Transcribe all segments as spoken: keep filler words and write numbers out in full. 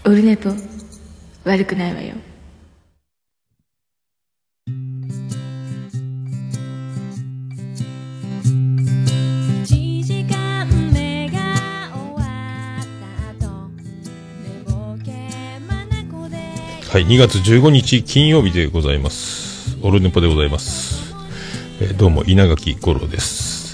オルネポ悪くないわよ。 はい、にがつじゅうごにち金曜日でございます。オルネポでございます。えー、どうも稲垣吾郎です。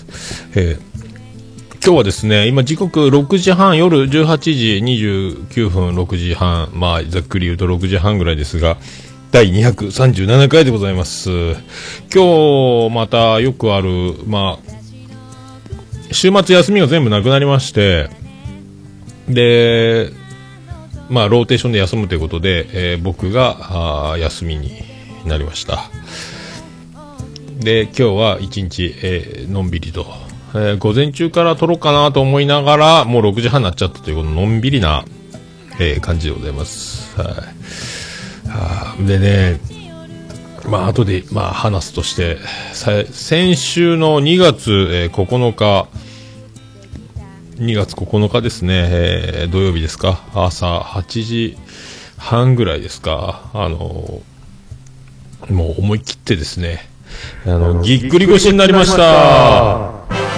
えー、今日はですね、今時刻ろくじはん、夜じゅうはちじにじゅうきゅうふん、ろくじはん、まあざっくり言うとろくじはんぐらいですが、だいにひゃくさんじゅうななかいでございます。今日またよくある、まあ週末休みが全部なくなりまして、でまあ、ローテーションで休むということで、えー、僕があ休みになりました。で、今日は一日、えー、のんびりと、えー、午前中から撮ろうかなと思いながら、もうろくじはんになっちゃったというこののんびりな、えー、感じでございます。はい。はでね、まあ、後で、まあ、話すとして、先週のにがつ、えー、ここのか、にがつここのかですね、えー、土曜日ですか、朝はちじはんぐらいですか、あのー、もう思い切ってですね、あのぎっくり腰になりました。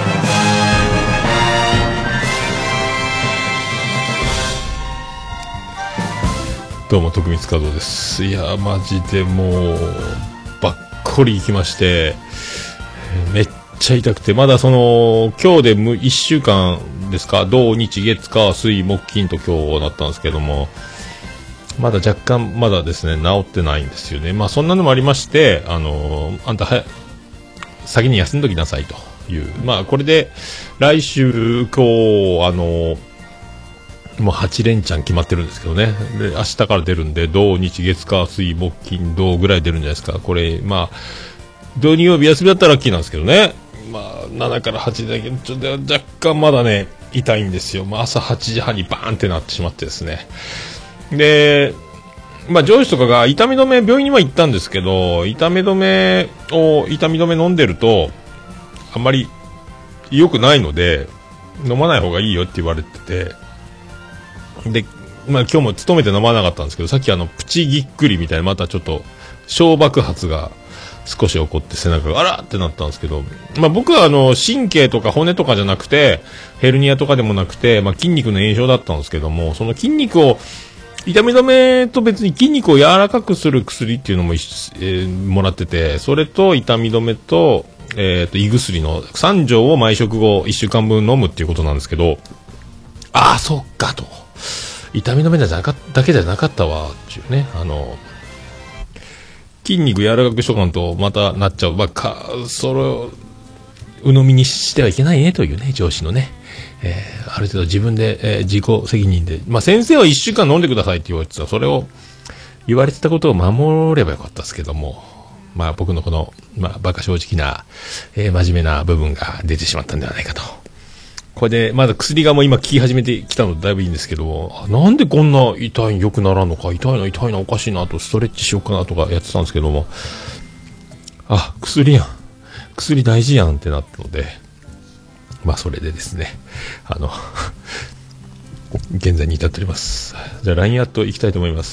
どうも徳光和夫です。いやマジでもうばっこりいきまして、めっちゃ痛くて、まだその今日でいっしゅうかんですか、土日月火水木金と今日なったんですけども、まだ若干まだですね治ってないんですよね。まあそんなのもありまして、あのー、あんたは先に休んどきなさいという、まあこれで来週今日あのー、もうはち連チャン決まってるんですけどね、で明日から出るんで、土日月火水木金土ぐらい出るんじゃないですか。これまあ土曜日休みだったらラッキーなんですけどね。まあななからはちだけちょっと若干まだね痛いんですよ。まあ、朝はちじはんにバーンってなってしまってですね。で、まあ上司とかが痛み止め、病院には行ったんですけど、痛み止めを痛み止め飲んでるとあんまり良くないので飲まない方がいいよって言われてて、で、まあ今日も勤めて飲まなかったんですけど、さっきあのプチぎっくりみたいな、またちょっと小爆発が少し起こって背中があらってなったんですけど、まあ僕はあの神経とか骨とかじゃなくて、ヘルニアとかでもなくて、まあ筋肉の炎症だったんですけども、その筋肉を痛み止めと別に筋肉を柔らかくする薬っていうのも、えー、もらってて、それと痛み止めとえっと胃薬のさん錠を毎食後いっしゅうかんぶん飲むっていうことなんですけど、ああそっかと、痛み止めじゃなかだけじゃなかったわっていうね、あの筋肉柔らかくしとかんとまたなっちゃう、まあ、かそれを鵜呑みにしてはいけないねというね、上司のね、えー、ある程度自分で、えー、自己責任で、まあ、先生はいっしゅうかん飲んでくださいって言われてた、それを言われてたことを守ればよかったですけども、まあ僕のこの、まあ、バカ正直な、えー、真面目な部分が出てしまったんではないかと。これでまだ薬がもう今効き始めてきたのでだいぶいいんですけど、なんでこんな痛いん良くならんのか、痛いな痛いなおかしいなと、ストレッチしようかなとかやってたんですけども、あ、薬やん、薬大事やんってなったので、まあそれでですね、あの現在に至っております。じゃあ ライン アット行きたいと思います。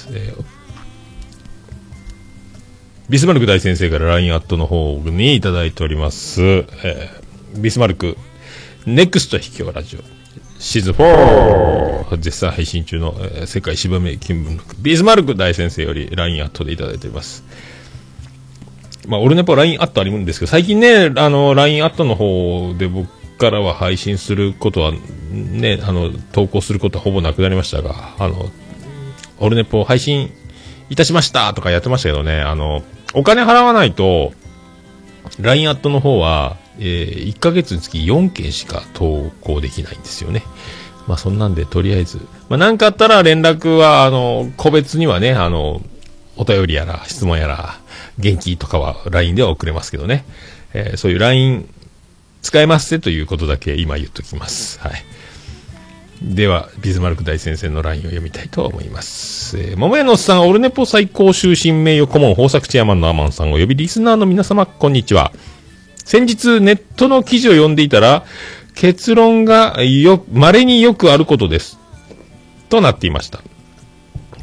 えー、ビスマルク大先生から ライン アットの方にいただいております。えー、ビスマルクネクスト秘境ラジオシーズンフォー絶賛配信中の、えー、世界芝目見聞録ビスマルク大先生より ライン アットでいただいております。まあオルネポ ライン アットあるんですけど、最近ね、あの ライン アットの方で僕からは配信することはね、あの投稿することはほぼなくなりましたが、あのオルネポ配信いたしましたとかやってましたけどね、あのお金払わないと ライン アットの方はえー、いっかげつにつきよんけんしか投稿できないんですよね。まあそんなんでとりあえず、まあなんかあったら連絡はあの個別にはね、あのお便りやら質問やら元気とかは ライン では送れますけどね、えー、そういう ライン 使えますねということだけ今言っときます。はい。ではビズマルク大先生の ライン を読みたいと思います。えー、桃屋のおっさん、オルネポ最高終身名誉顧問豊作チェアマンのアマンさんおよびリスナーの皆様こんにちは。先日ネットの記事を読んでいたら結論がよ稀によくあることですとなっていました。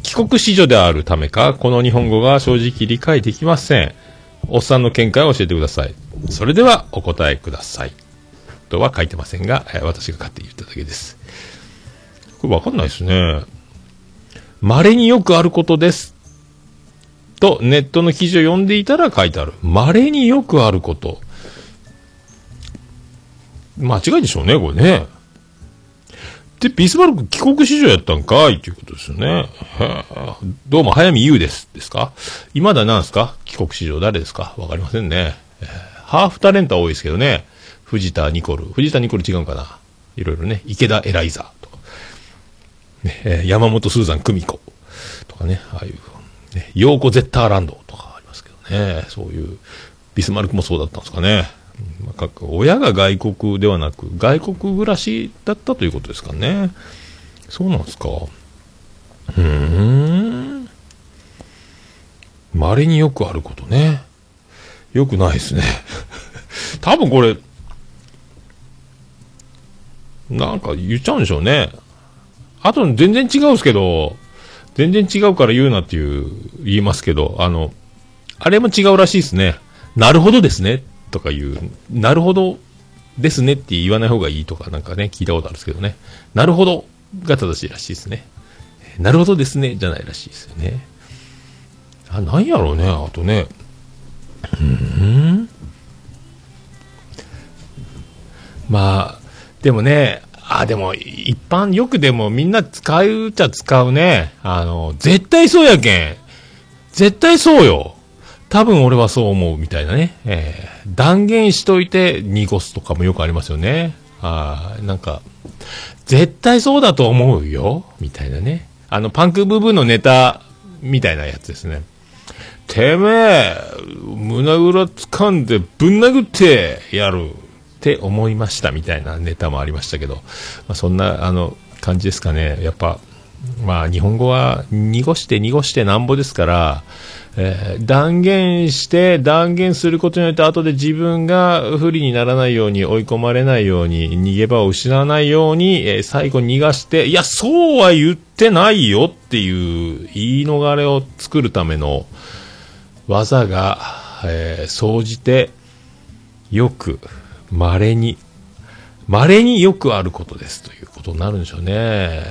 帰国子女であるためか、この日本語が正直理解できません。おっさんの見解を教えてください。それではお答えください。とは書いてませんが、私が勝手に言っただけです。これわかんないですね。稀によくあることです。と、ネットの記事を読んでいたら書いてある。稀によくあること。間違いでしょうね、これね。で、ビスマルク帰国子女やったんかいということですよね。どうも、早見優です。ですか？今だ何ですか？帰国子女誰ですか？わかりませんね。えー、ハーフタレントは多いですけどね。藤田ニコル。藤田ニコル違うかな。いろいろね。池田エライザとか。ね、えー、山本スーザン久美子とかね。ああいう、ね、ヨーコゼッターランドとかありますけどね。そういう、ビスマルクもそうだったんですかね。まあ、親が外国ではなく外国暮らしだったということですかね。そうなんですか。うーん。稀によくあることね。よくないですね。多分これなんか言っちゃうんでしょうね。あと全然違うんですけど、全然違うから言うなっていう言いますけど、あのあれも違うらしいですね。なるほどですね。とかいう、なるほどですねって言わない方がいいとかなんかね、聞いたことあるんですけどね。なるほどが正しいらしいですね。なるほどですねじゃないらしいですよね。あ、なんやろうね、あとね。うーん。まあ、でもね、あ、でも一般よくでもみんな使うっちゃ使うね。あの、絶対そうやけん。絶対そうよ。多分俺はそう思うみたいなね、えー、断言しといて濁すとかもよくありますよね。あ、なんか絶対そうだと思うよみたいなね。あのパンクブーブーのネタみたいなやつですね。てめえ胸ぐら掴んでぶん殴ってやるって思いましたみたいなネタもありましたけど、まあ、そんなあの感じですかね。やっぱまあ日本語は濁して濁してなんぼですから、えー、断言して断言することによって後で自分が不利にならないように追い込まれないように逃げ場を失わないように、えー、最後逃がしていやそうは言ってないよっていう言い逃れを作るための技がえー、総じてよく稀に稀によくあることですということになるんでしょうね。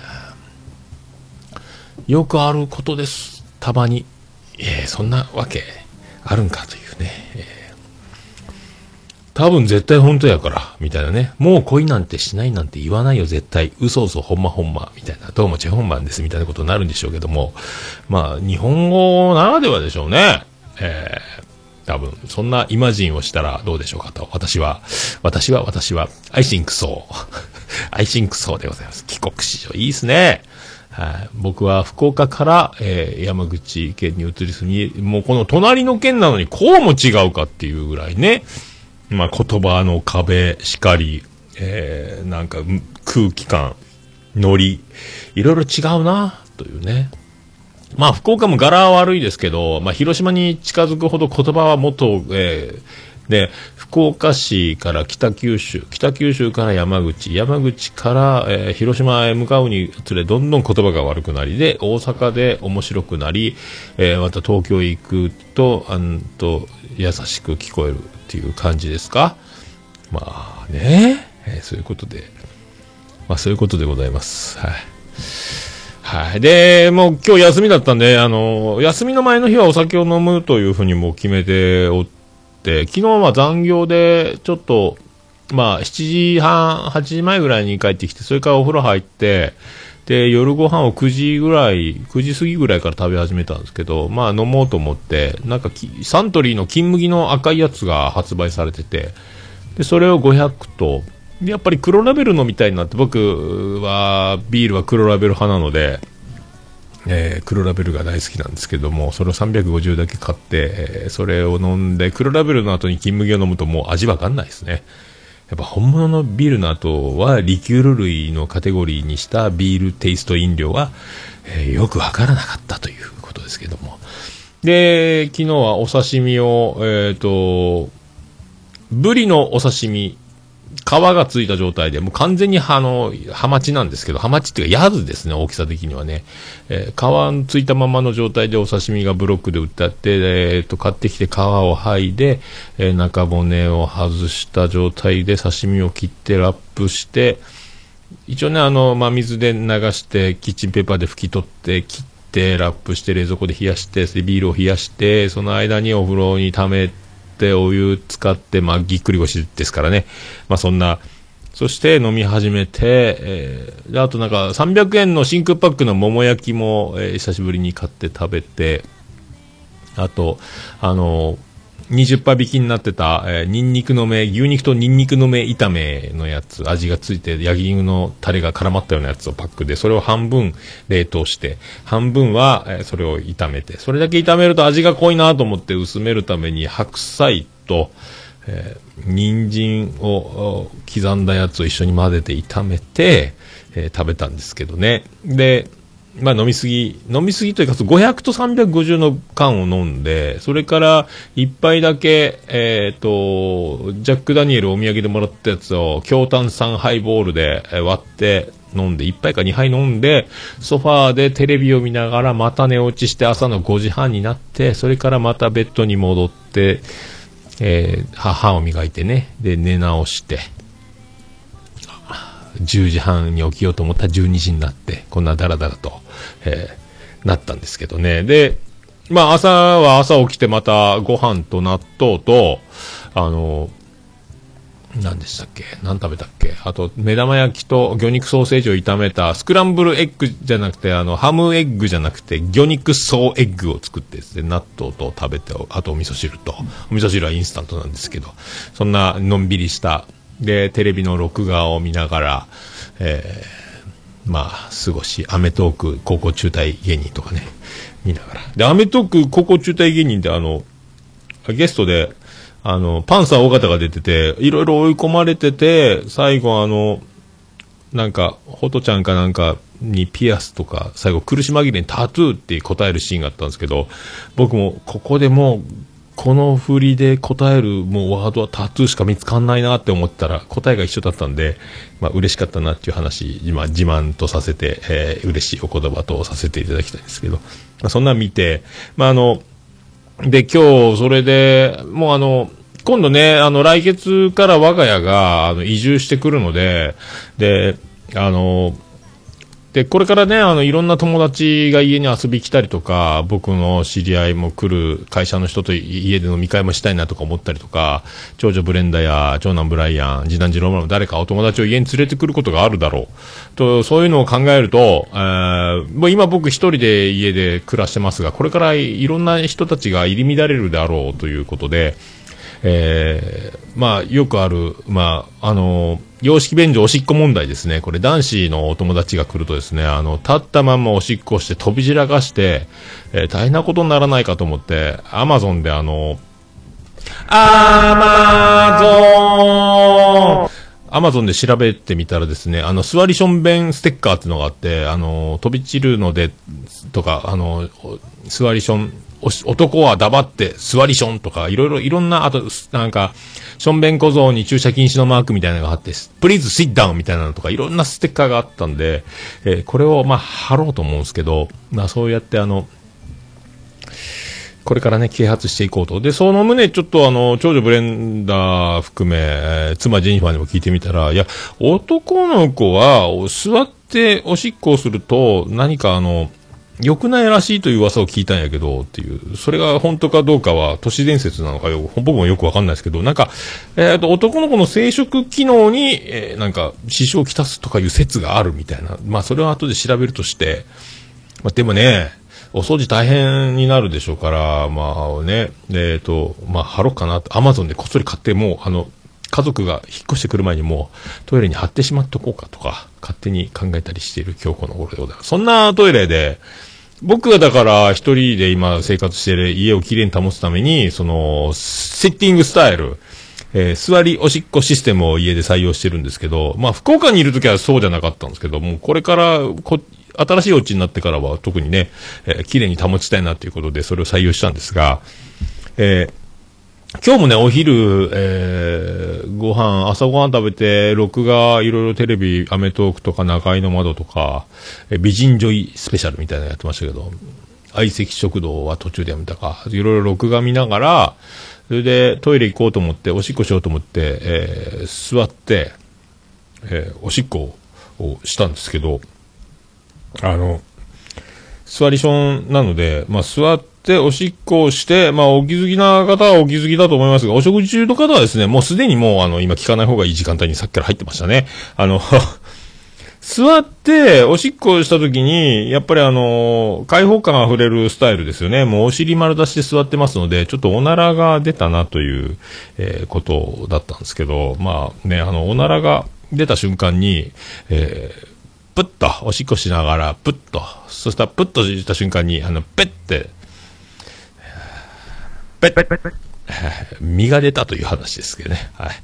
よくあることです。たまに、えー、そんなわけあるんかというね、えー、多分絶対本当やからみたいなね。もう恋なんてしないなんて言わないよ絶対、嘘嘘ほんまほんまみたいな、どうもチェ本番ですみたいなことになるんでしょうけども、まあ日本語ならではでしょうね。えー、多分そんなイマジンをしたらどうでしょうかと。私は私は私は I think so I think so でございます。帰国子女いいですね。はい、僕は福岡から、えー、山口県に移り住み、もうこの隣の県なのにこうも違うかっていうぐらいね、まあ言葉の壁しかり、えー、なんか空気感、ノリ、いろいろ違うなというね。まあ福岡も柄は悪いですけど、まあ広島に近づくほど言葉はもっと、えー、で、福岡市から北九州、北九州から山口、山口から、えー、広島へ向かうにつれどんどん言葉が悪くなりで、大阪で面白くなり、えー、また東京へ行くと、あんと優しく聞こえるっていう感じですか。まあね、えー、そういうことで、まあそういうことでございます。はい。はい。で、もう今日休みだったんで、あの、休みの前の日はお酒を飲むというふうにもう決めておって、昨日は残業でちょっとまあしちじはんはちじまえぐらいに帰ってきて、それからお風呂入って、で夜ご飯をくじぐらいくじ過ぎぐらいから食べ始めたんですけど、まあ飲もうと思ってなんかサントリーの金麦の赤いやつが発売されてて、でそれをごひゃくと、でやっぱり黒ラベル飲みたいなって、僕はビールは黒ラベル派なので、えー、黒ラベルが大好きなんですけども、それをさんびゃくごじゅうだけ買って、えー、それを飲んで、黒ラベルの後に金麦を飲むともう味わかんないですね。やっぱ本物のビールの後はリキュール類のカテゴリーにしたビールテイスト飲料は、えー、よくわからなかったということですけども、で昨日はお刺身を、えーとブリのお刺身皮がついた状態で、もう完全にあの、ハマチなんですけど、ハマチっていうか、ヤズですね、大きさ的にはね。えー、皮ついたままの状態でお刺身がブロックで売ってあって、えー、と、買ってきて皮を剥いで、えー、中骨を外した状態で刺身を切ってラップして、一応ね、あの、まあ、水で流して、キッチンペーパーで拭き取って、切って、ラップして冷蔵庫で冷やして、ビールを冷やして、その間にお風呂に溜めて、お湯使って、まあ、ぎっくり腰ですからね。まあ、そんな、そして飲み始めて、えー、であとなんかさんびゃくえんの真空パックの桃焼きも、えー、久しぶりに買って食べて、あと、あの、にじゅっパーセント引きになってた、えー、ニンニクの芽、牛肉とニンニクの芽炒めのやつ、味がついて、焼き肉のタレが絡まったようなやつをパックで、それを半分冷凍して、半分は、えー、それを炒めて、それだけ炒めると味が濃いなと思って薄めるために白菜と、えー、人参を刻んだやつを一緒に混ぜて炒めて、えー、食べたんですけどね。で、まあ飲みすぎ、飲みすぎというか、ごひゃくとさんびゃくごじゅうの缶を飲んで、それから一杯だけ、えっと、ジャックダニエルお土産でもらったやつを強炭酸ハイボールで割って飲んで、いっぱいかにはい飲んで、ソファーでテレビを見ながらまた寝落ちして朝のごじはんになって、それからまたベッドに戻って、えー、歯を磨いてね、で寝直して、じゅうじはんに起きようと思ったらじゅうにじになって、こんなダラダラと、えー、なったんですけどね。で、まあ朝は朝起きてまたご飯と納豆と、あの、何でしたっけ何食べたっけあと、目玉焼きと魚肉ソーセージを炒めた、スクランブルエッグじゃなくて、あの、ハムエッグじゃなくて、魚肉ソーエッグを作ってですね、納豆と食べて、あとお味噌汁と、お味噌汁はインスタントなんですけど、そんなのんびりした、で、テレビの録画を見ながら、えー、まあ、過ごし、アメトーク高校中退芸人とかね、見ながら。で、アメトーク高校中退芸人ってあの、ゲストで、あの、パンサー尾形が出てて、いろいろ追い込まれてて、最後あの、なんか、ホトちゃんかなんかにピアスとか、最後苦し紛れにタトゥーって答えるシーンがあったんですけど、僕もここでもう、この振りで答えるもうワードはタトゥーしか見つかんないなって思ったら答えが一緒だったんで、まあ嬉しかったなっていう話、今自慢とさせて、えー、嬉しいお言葉とさせていただきたいんですけど、まあ、そんな見て、まああの、で今日それで、もうあの、今度ね、あの来月から我が家があの移住してくるので、で、あの、で、これからね、あの、いろんな友達が家に遊び来たりとか、僕の知り合いも来る会社の人と家で飲み会もしたいなとか思ったりとか、長女ブレンダや長男ブライアン、次男次郎も誰かお友達を家に連れてくることがあるだろう。と、そういうのを考えると、えー、もう今僕一人で家で暮らしてますが、これからいろんな人たちが入り乱れるであろうということで、えー、まあ、よくある、まあ、あの、洋式便所おしっこ問題ですね。これ男子のお友達が来るとですね、あの、立ったまんまおしっこして飛び散らかして、えー、大変なことにならないかと思って、アマゾンであの、アマゾンアマゾンで調べてみたらですね、あの、座りしょんべんステッカーっていうのがあって、あの、飛び散るので、とか、あの、座りしょん、男は黙って座りションとか、いろいろ、いろんな、あと、なんか、ションベン小僧に駐車禁止のマークみたいなのがあって、プリーズシッダウンみたいなのとか、いろんなステッカーがあったんで、えー、これを、まあ、貼ろうと思うんですけど、まあ、そうやってあの、これからね、啓発していこうと。で、その旨、ちょっとあの、長女ブレンダー含め、えー、妻ジェニファーにも聞いてみたら、いや、男の子は、座っておしっこをすると、何かあの、良くないらしいという噂を聞いたんやけど、っていう。それが本当かどうかは都市伝説なのかよ、僕もよくわかんないですけど、なんか、えっと、男の子の生殖機能に、えー、なんか、支障をきたすとかいう説があるみたいな。まあ、それは後で調べるとして、まあ、でもね、お掃除大変になるでしょうから、まあね、えっと、まあ、貼ろうかなと、アマゾンでこっそり買って、もう、あの、家族が引っ越してくる前にもうトイレに貼ってしまっておこうかとか勝手に考えたりしている今日この頃でございます。そんなトイレで僕がだから一人で今生活している家をきれいに保つためにそのセッティングスタイル、えー、座りおしっこシステムを家で採用してるんですけど、まあ福岡にいるときはそうじゃなかったんですけども、これからこ新しいお家になってからは特にね、えー、きれいに保ちたいなということでそれを採用したんですが、えー今日もね、お昼、えー、ご飯、朝ご飯食べて、録画、いろいろテレビ、アメトークとか、中井の窓とか、え美人女医スペシャルみたいなのやってましたけど、相席食堂は途中でやめたか、いろいろ録画見ながら、それでトイレ行こうと思って、おしっこしようと思って、えー、座って、えー、おしっこをしたんですけど、あの、座りションなので、まあ、座っておしっこをして、まあ、お気づきな方はお気づきだと思いますが、お食事中の方はですね、もうすでにもう、あの、今聞かない方がいい時間帯にさっきから入ってましたね。あの、座って、おしっこをしたときに、やっぱりあの、開放感あふれるスタイルですよね。もうお尻丸出しで座ってますので、ちょっとおならが出たなという、えー、ことだったんですけど、まあね、あの、おならが出た瞬間に、えー、プッと、おしっこしながら、プッと、そしたらプッとした瞬間に、あの、ペッて、ペッ、ペッ、ペッ、身が出たという話ですけどね。はい。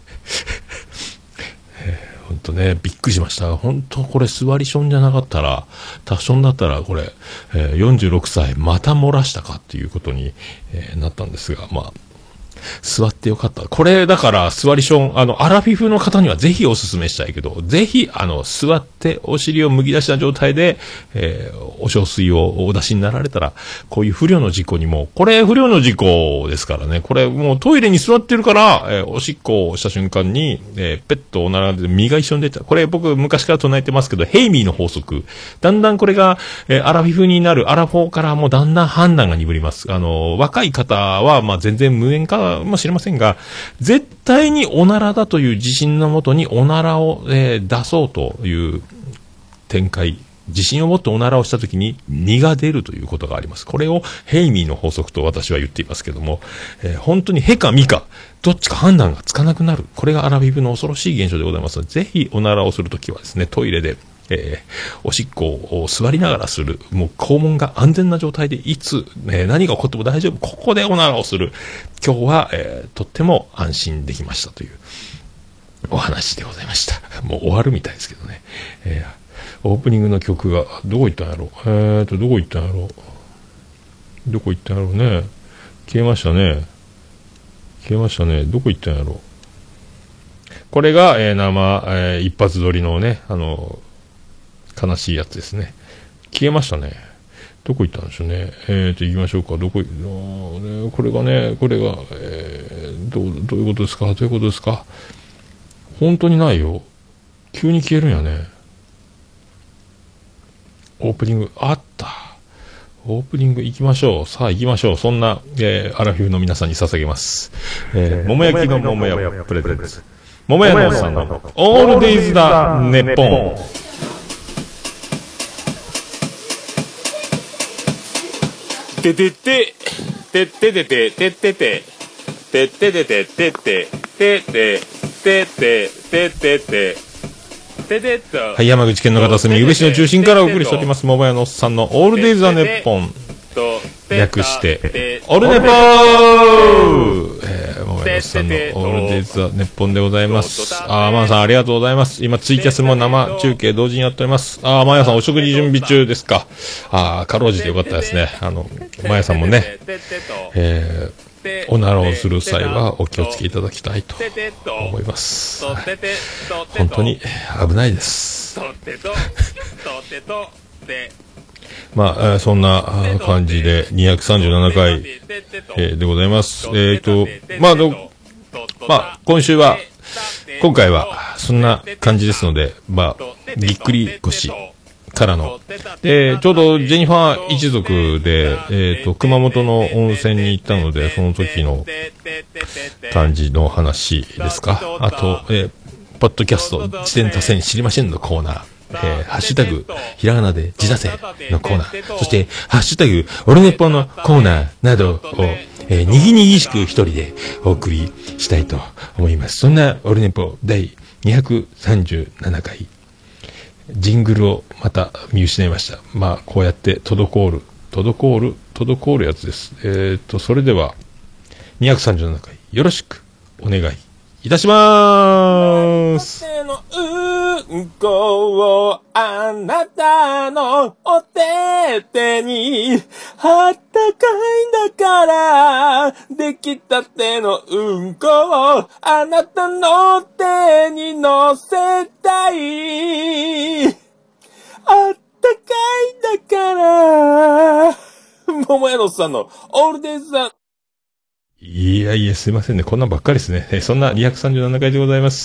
本当ね、びっくりしました。本当これ座りションじゃなかったら、タションだったらこれ、えー、よんじゅうろくさいまた漏らしたかっていうことに、えー、なったんですが、まあ、座ってよかった。これだから座りション、あの、アラフィフの方にはぜひお勧めしたいけど、ぜひ、あの、座ってお尻をむき出した状態で、えー、お小水をお出しになられたら、こういう不慮の事故にも、これ不慮の事故ですからね、これもうトイレに座ってるから、えー、おしっこをした瞬間に、えー、ペットおならで身が一緒に出た。これ僕昔から唱えてますけど、ヘイミーの法則。だんだんこれが、えー、アラフィフになる、アラフォーからもうだんだん判断が鈍ります。あの、若い方は、まあ全然無縁かもしれませんが、絶対におならだという自信のもとにおならを、えー、出そうという展開、自信を持っておならをしたときに身が出るということがあります。これをヘイミーの法則と私は言っていますけども、えー、本当にヘかミかどっちか判断がつかなくなる。これがアラフィフの恐ろしい現象でございますので、ぜひおならをするときはですね、トイレでえー、おしっこを座りながらする、もう肛門が安全な状態でいつ、えー、何が起こっても大丈夫、ここでおならをする。今日は、えー、とっても安心できましたというお話でございました。もう終わるみたいですけどね。えー、オープニングの曲がどこ行ったんやろう。えーと、どこ行ったんやろう。どこ行ったんやろうね。消えましたね。消えましたね。どこ行ったんやろう。これが、えー、生、えー、一発撮りのね、あの、悲しいやつですね。消えましたね。どこ行ったんでしょうね。えーと、行きましょうか。どこ、ね、これがね、これが、えー、どう、どういうことですかどういうことですか本当にないよ。急に消えるんやね。オープニング、あった。オープニング行きましょう。さあ行きましょう。そんな、えー、アラフィフの皆さんに捧げます。えー、桃焼きの桃屋プレゼントです。桃屋のおっさんのオールデイズだ、ネッポン。ててて、てててて、ててて、てててて、ててて、ててて、ててて、はい、山口県の片隅、宇部市の中心からお送りしております、桃屋のおっさんのオールデイズ・ザ・ネッポン。略して、オルネポー、えー、桃屋のおっさんのオールデイズ・ザ・ネッポンでございます。あー、マーさんありがとうございます。今、ツイキャスも生中継同時にやっております。あー、マーヤさんお食事準備中ですか。あー、かろうじてよかったですね。あの、マーヤさんもね、えー、おならをする際はお気をつけいただきたいと思います。はい、本当に危ないです。まあ、そんな感じでにひゃくさんじゅうななかい、えー、でございます。えっと、まあ、ど、まあ、今週は、今回はそんな感じですので、まあ、ぎっくり腰からの、で、ちょうどジェニファー一族で、えっと、熊本の温泉に行ったので、その時の感じの話ですか。あと、えー、ポッドキャスト、自転多線知りませんのコーナー。えー、ハッシュタグ、ひらがなで自他線のコーナー。そして、ハッシュタグ、オルネポのコーナーなどを、えー、にぎにぎしく一人でお送りしたいと思います。そんなオルネポだいにひゃくさんじゅうななかい。ジングルをまた見失いました。まあ、こうやって滞る、滞る、滞るやつです。えっと、それでは、にひゃくさんじゅうななかい、よろしくお願いいたしまーす。うんこをあなたのお手手に貼ったいんだから、出来たてのうんこをあなたの手に乗せたい。あったかいんだから、桃屋のおっさんのオールデイズさん。いやいや、すいませんね。こんなんばっかりですね。えそんなにひゃくさんじゅうななかいでございます。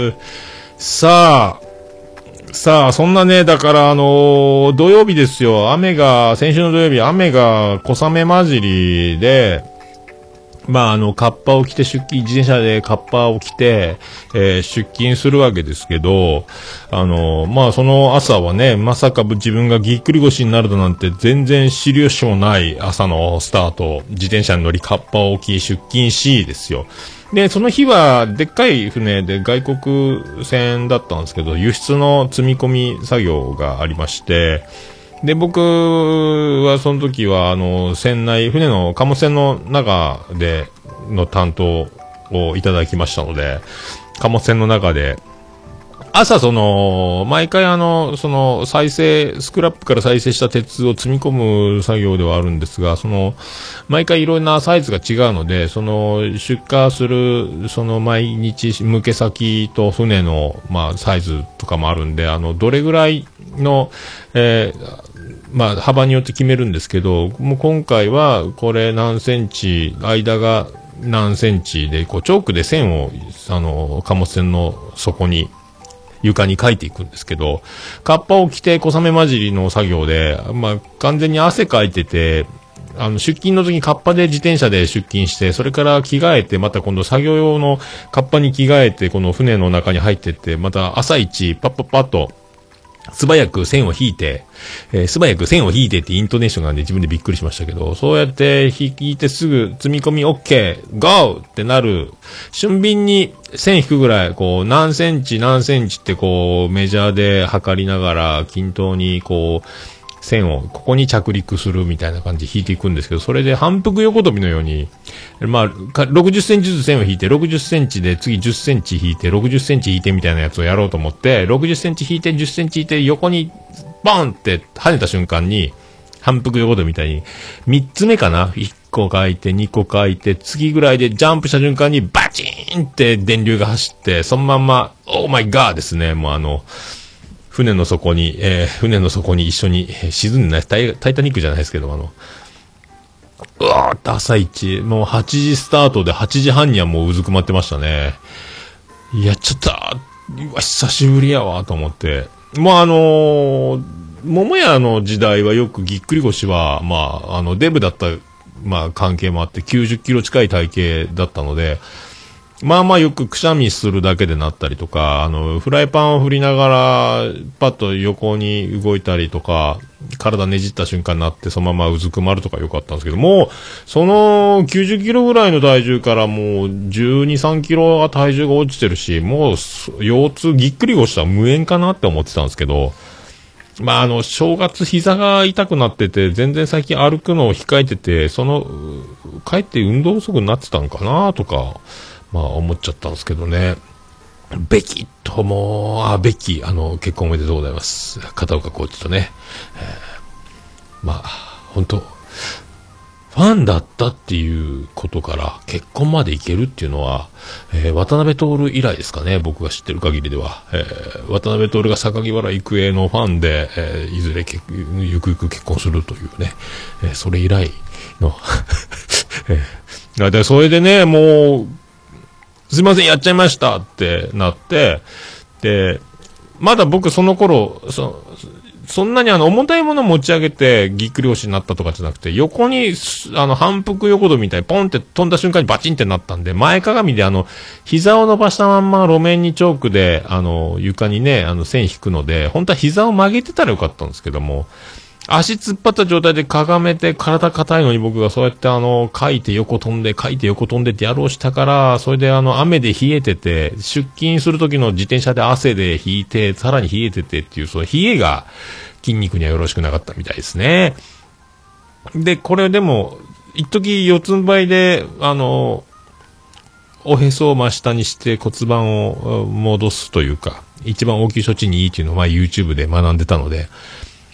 さあ、さあ、そんなね、だから、あのー、土曜日ですよ。雨が、先週の土曜日、雨が小雨混じりで、まあ、あの、カッパを着て出勤、自転車でカッパを着て、えー、出勤するわけですけど、あのー、まあ、その朝はね、まさか自分がぎっくり腰になるだなんて全然知る由もない朝のスタート、自転車に乗りカッパを着出勤しですよ。で、その日は、でっかい船で外国船だったんですけど、輸出の積み込み作業がありまして、で、僕はその時は、あの、船内、船の貨物船の中での担当をいただきましたので、貨物船の中で、朝その、毎回あの、その、再生、スクラップから再生した鉄を積み込む作業ではあるんですが、その、毎回いろんなサイズが違うので、その、出荷する、その毎日向け先と船の、まあ、サイズとかもあるんで、あの、どれぐらいの、えー、まあ、幅によって決めるんですけど、もう今回は、これ何センチ、間が何センチで、こう、チョークで線を、あの、貨物船の底に、床に書いていくんですけど、カッパを着て小雨混じりの作業で、まあ、完全に汗かいてて、あの、出勤の時にカッパで自転車で出勤して、それから着替えて、また今度作業用のカッパに着替えて、この船の中に入ってって、また朝一、パッパッパッと、素早く線を引いて、えー、素早く線を引いてってイントネーションがね、自分でびっくりしましたけど、そうやって引いてすぐ積み込み OK、ゴーってなる、俊敏に線引くぐらい、こう、何センチ何センチってこう、メジャーで測りながら、均等にこう、線をここに着陸するみたいな感じで引いていくんですけど、それで反復横跳びのように、まあ、ろくじゅっセンチずつ線を引いて、ろくじゅっセンチで次じゅっセンチ引いて、ろくじゅっセンチ引いてみたいなやつをやろうと思って、ろくじゅっセンチ引いて、じゅっセンチ引いて、横にバーンって跳ねた瞬間に、反復横跳びみたいに、みっつめかな ?いっ 個書いて、にこ書いて、次ぐらいでジャンプした瞬間にバチーンって電流が走って、そのまんま、オーマイガーですね、もうあの、船の底に、えー、船の底に一緒に沈んでないタイ、タイタニックじゃないですけど、あの、うわーって朝一、もうはちじスタートではちじはんにはもううずくまってましたね。やっちゃったー。うわ、久しぶりやわ、と思って。まあ、あのー、桃屋の時代はよくぎっくり腰は、まあ、あの、デブだった、まあ、関係もあってきゅうじゅっキロ近い体型だったので、まあまあよくくしゃみするだけでなったりとか、あの、フライパンを振りながら、パッと横に動いたりとか、体ねじった瞬間になって、そのままうずくまるとかよかったんですけども、そのきゅうじゅっキロぐらいの体重からもうじゅうに、さんキロが体重が落ちてるし、もう腰痛ぎっくり腰は無縁かなって思ってたんですけど、まああの、正月膝が痛くなってて、全然最近歩くのを控えてて、その、かえって運動不足になってたんかなとか、まあ思っちゃったんですけどね。ベキッともう、あ、ベキ、あの、結婚おめでとうございます。片岡コーチとね。えー、まあ、本当ファンだったっていうことから結婚までいけるっていうのは、えー、渡辺徹以来ですかね、僕が知ってる限りでは。えー、渡辺徹が榊原郁恵のファンで、えー、いずれけゆくゆく結婚するというね、えー、それ以来の、えー、でそれでね、もう、すいません、やっちゃいましたってなって、で、まだ僕その頃、そ、そんなにあの重たいもの持ち上げてぎっくり腰になったとかじゃなくて、横に、あの反復横跳びみたいにポンって飛んだ瞬間にバチンってなったんで、前かがみであの、膝を伸ばしたまんま路面にチョークで、あの、床にね、あの線引くので、本当は膝を曲げてたらよかったんですけども、足突っ張った状態でかがめて体硬いのに僕がそうやってあの、書いて横飛んで、書いて横飛んでってやろうしたから、それであの、雨で冷えてて、出勤する時の自転車で汗で引いて、さらに冷えててっていう、その冷えが筋肉にはよろしくなかったみたいですね。で、これでも、一時四つん這いで、あの、おへそを真下にして骨盤を戻すというか、一番大きい処置にいいっていうのをまあ YouTube で学んでたので、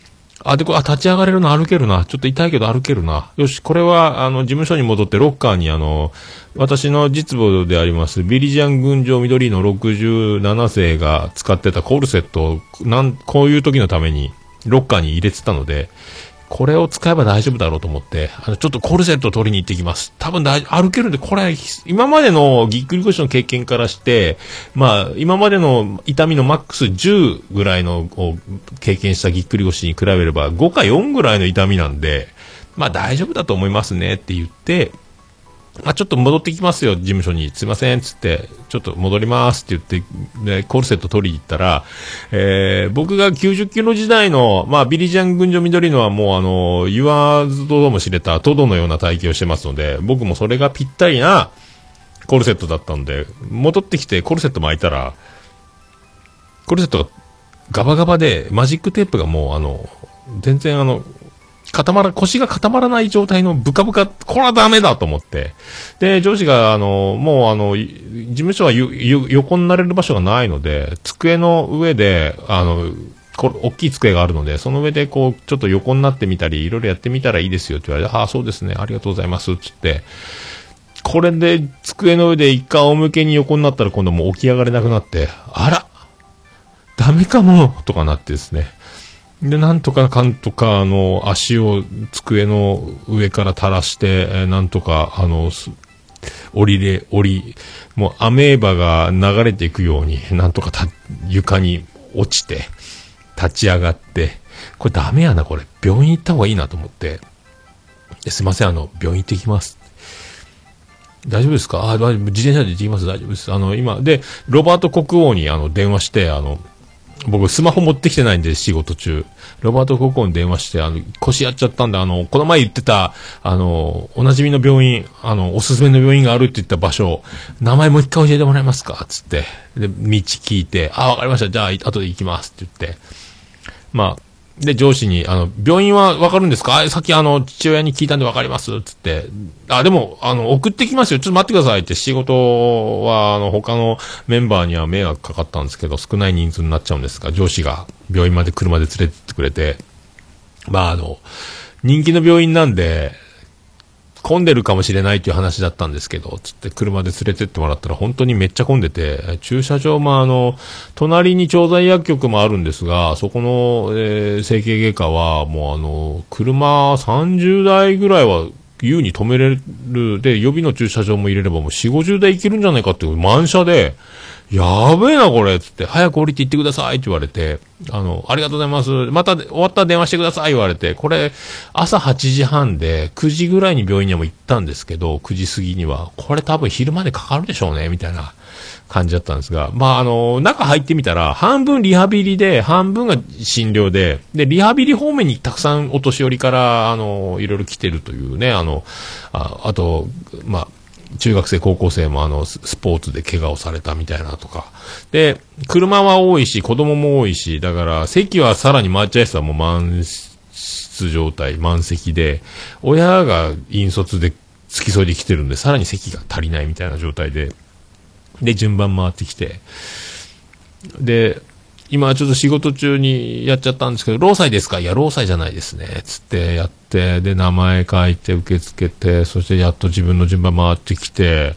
あ、で、これ、あ、立ち上がれるな、歩けるな。ちょっと痛いけど歩けるな。よし、これは、あの、事務所に戻ってロッカーに、あの、私の実母であります、ビリジャン群青緑のろくじゅうなな世が使ってたコルセットを、なん、こういう時のために、ロッカーに入れてたので、これを使えば大丈夫だろうと思って、あの、ちょっとコルセットを取りに行ってきます。多分大、歩けるんで、これ、今までのぎっくり腰の経験からして、まあ、今までの痛みのマックスじゅうぐらいのを経験したぎっくり腰に比べれば、ごかよんぐらいの痛みなんで、まあ大丈夫だと思いますねって言って、あ、ちょっと戻ってきますよ、事務所に。すいません、つって、ちょっと戻りますって言って、で、コルセット取りに行ったら、えー、僕がきゅうじゅっキロ時代の、まあ、ビリジャン群青緑のはもうあの、言わずとも知れたトドのような体型をしてますので、僕もそれがぴったりなコルセットだったんで、戻ってきてコルセット巻いたら、コルセットがガバガバで、マジックテープがもうあの、全然あの、固まら、腰が固まらない状態のブカブカ、これはダメだと思って。で、上司が、あの、もうあの、事務所はゆ、ゆ、横になれる場所がないので、机の上で、あの、これ、大きい机があるので、その上でこう、ちょっと横になってみたり、いろいろやってみたらいいですよって言われて、ああ、そうですね、ありがとうございます、つって。これで、机の上で一回仰向けに横になったら今度もう起き上がれなくなって、あらダメかもとかなってですね。で、なんとかかんとか、あの、足を机の上から垂らして、えー、なんとか、あの、降りれ、降り、もうアメーバが流れていくように、なんとかた床に落ちて、立ち上がって、これダメやな、これ。病院行った方がいいなと思って、すいません、あの、病院行ってきます。大丈夫ですか？あ、自転車で行ってきます。大丈夫です。あの、今、で、ロバート国王にあの、電話して、あの、僕、スマホ持ってきてないんで、仕事中。ロバート国王に電話して、あの、腰やっちゃったんで、あの、この前言ってた、あの、おなじみの病院、あの、おすすめの病院があるって言った場所、名前もう一回教えてもらえますかつって。で、道聞いて、あ、わかりました。じゃあ、後で行きますって言って。まあ、で、上司に、あの、病院はわかるんですか？さっきあの、父親に聞いたんでわかりますつって。あ、でも、あの、送ってきますよ。ちょっと待ってくださいって、仕事は、あの、他のメンバーには迷惑かかったんですけど、少ない人数になっちゃうんですが、上司が病院まで車で連れてってくれて、まあ、あの、人気の病院なんで、混んでるかもしれないという話だったんですけど、つって車で連れてってもらったら本当にめっちゃ混んでて、駐車場もあの、隣に調剤薬局もあるんですが、そこの、えー、整形外科はもうあの、車さんじゅうだいぐらいは優に止めれる、で、予備の駐車場も入れればもうよん、ごじゅうだい行けるんじゃないかっていう満車で、やべえなこれつって、早く降りて行ってくださいって言われて、あの、ありがとうございます。また終わったら電話してください言われて、これ朝はちじはんでくじぐらいに病院にも行ったんですけど、くじ過ぎには、これ多分昼までかかるでしょうねみたいな感じだったんですが、まああの、中入ってみたら、半分リハビリで、半分が診療で、で、リハビリ方面にたくさんお年寄りから、あの、いろいろ来てるというね、あの、あ、あと、まあ、中学生、高校生もあの、スポーツで怪我をされたみたいなとか。で、車は多いし、子供も多いし、だから、席はさらに待合室はもう満室状態、満席で、親が引率で付き添いで来てるんで、さらに席が足りないみたいな状態で、で、順番回ってきて、で、今ちょっと仕事中にやっちゃったんですけど、労災ですか？いや、労災じゃないですね。つってやって、で、名前書いて受け付けて、そしてやっと自分の順番回ってきて、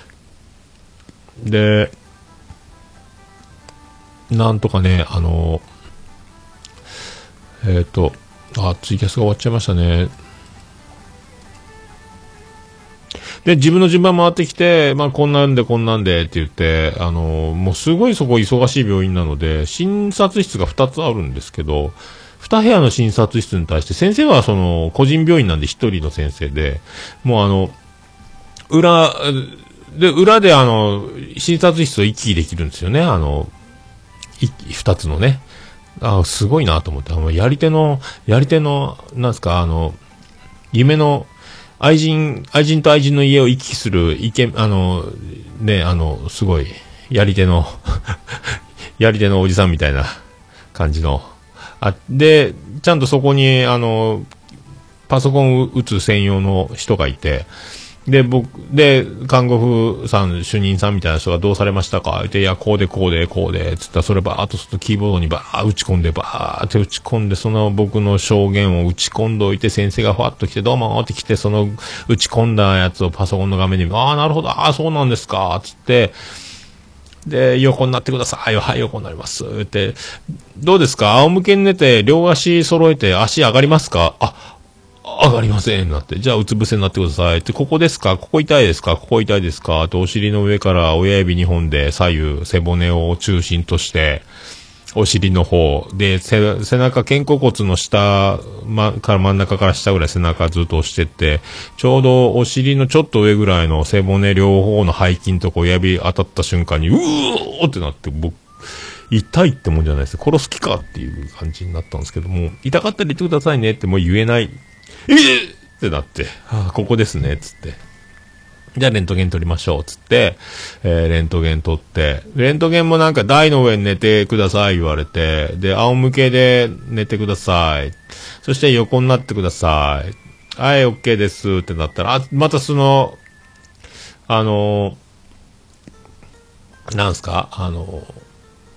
で、なんとかね、あの、えっと、あ、ツイキャスが終わっちゃいましたね。で、自分の順番回ってきて、まあ、こんなんでこんなんでって言って、あの、もうすごいそこ忙しい病院なので、診察室がふたつあるんですけど、に部屋の診察室に対して、先生はその、個人病院なんでひとりの先生で、もうあの、裏、で、裏であの、診察室を行き来できるんですよね、あの、ふたつのね。あ、すごいなと思って、あの、やり手の、やり手の、なんですか、あの、夢の、愛人、愛人と愛人の家を行き来する、いけ、あの、ね、あの、すごい、やり手の、やり手のおじさんみたいな感じの。あ、で、ちゃんとそこに、あの、パソコンを打つ専用の人がいて、 で、僕、で、看護婦さん、主任さんみたいな人がどうされましたかって、いや、こうでこうでこうで、つったら、そればーっとするとキーボードにばー打ち込んで、ばーって打ち込んで、その僕の証言を打ち込んでおいて、先生がファッと来て、どうもーって来て、その打ち込んだやつをパソコンの画面に、ああ、なるほど、ああ、そうなんですか、つって、で、横になってください。はい、横になります。って、どうですか？仰向けに寝て、両足揃えて、足上がりますか？あ、上がりません。なって。じゃあ、うつ伏せになってください。って、ここですか？ここ痛いですか？ここ痛いですか？と、お尻の上から親指にほんで、左右、背骨を中心として、お尻の方で、背, 背中、肩甲骨の下、ま、から真ん中から下ぐらい背中ずっと押してって、ちょうどお尻のちょっと上ぐらいの背骨両方の背筋とこう指当たった瞬間に、うーってなって、僕、痛いってもんじゃないです。殺す気かっていう感じになったんですけども、痛かったら言ってくださいねってもう言えない。えーってなって、はあ、ここですね、つって。じゃあレントゲン取りましょう、つって、えー、レントゲン取って、レントゲンもなんか台の上に寝てください言われて、で、仰向けで寝てください。そして横になってください。はい、OK です、ってなったら、あ、またその、あのー、なんすかあのー、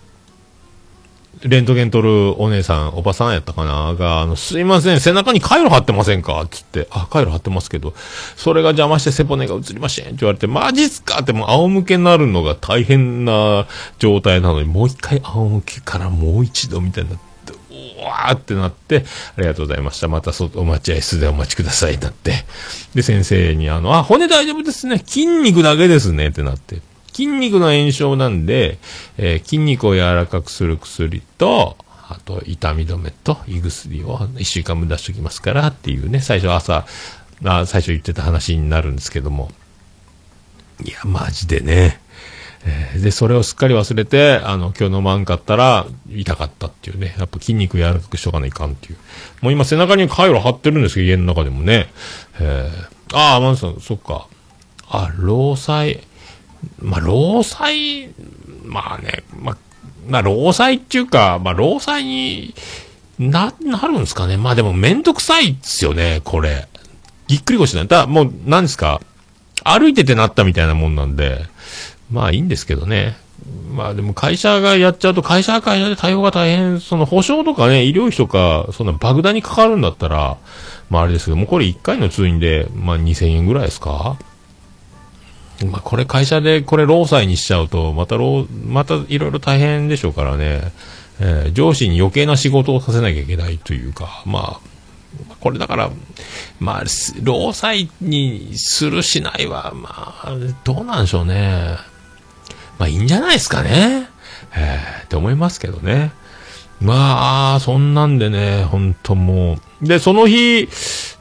レントゲン取るお姉さん、おばさんやったかなが、あの、すいません、背中に回路貼ってませんかつって、あ、回路貼ってますけど、それが邪魔して背骨が映りませんって言われて、マジっすかってもう仰向けになるのが大変な状態なのに、もう一回仰向けからもう一度みたいになって、うわーってなって、ありがとうございました。またそ、お待合室でお待ちくださいってなって。で、先生にあの、あ、骨大丈夫ですね。筋肉だけですねってなって。筋肉の炎症なんで、えー、筋肉を柔らかくする薬と、あと痛み止めと胃薬をいっしゅうかんぶん出しておきますからっていうね、最初朝、あ最初言ってた話になるんですけども。いや、マジでね。えー、で、それをすっかり忘れて、あの、今日飲まんかったら痛かったっていうね。やっぱ筋肉柔らかくしとかないかんっていう。もう今背中に回路貼ってるんですけど、家の中でもね。えー、ああ、マンさん、そっか。あ、労災。まあ、労災、まあね、まあ、まあ、労災っていうか、まあ、労災にな、なるんですかね。まあでもめんどくさいっすよね、これ。ぎっくり腰なんだ。もう、何ですか。歩いててなったみたいなもんなんで、まあいいんですけどね。まあでも会社がやっちゃうと、会社は会社で対応が大変、その保証とかね、医療費とか、そんな莫大にかかるんだったら、まああれですけども、これいっかいの通院で、まあにせんえんぐらいですか。まあ、これ会社でこれ労災にしちゃうとまた労またいろいろ大変でしょうからね、えー、上司に余計な仕事をさせなきゃいけないというか、まあこれだからまあ労災にするしないはまあどうなんでしょうね。まあいいんじゃないですかね、えー、って思いますけどね。まあそんなんでね、本当もうでその日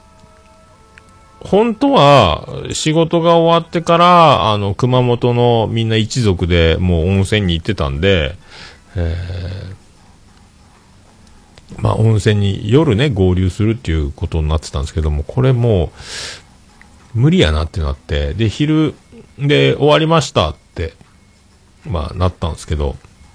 本当は仕事が終わってからあの熊本のみんな一族でもう温泉に行ってたんで、えー、まあ温泉に夜ね合流するっていうことになってたんですけども、これもう無理やなってなって、で昼で終わりましたってまあなったんですけど、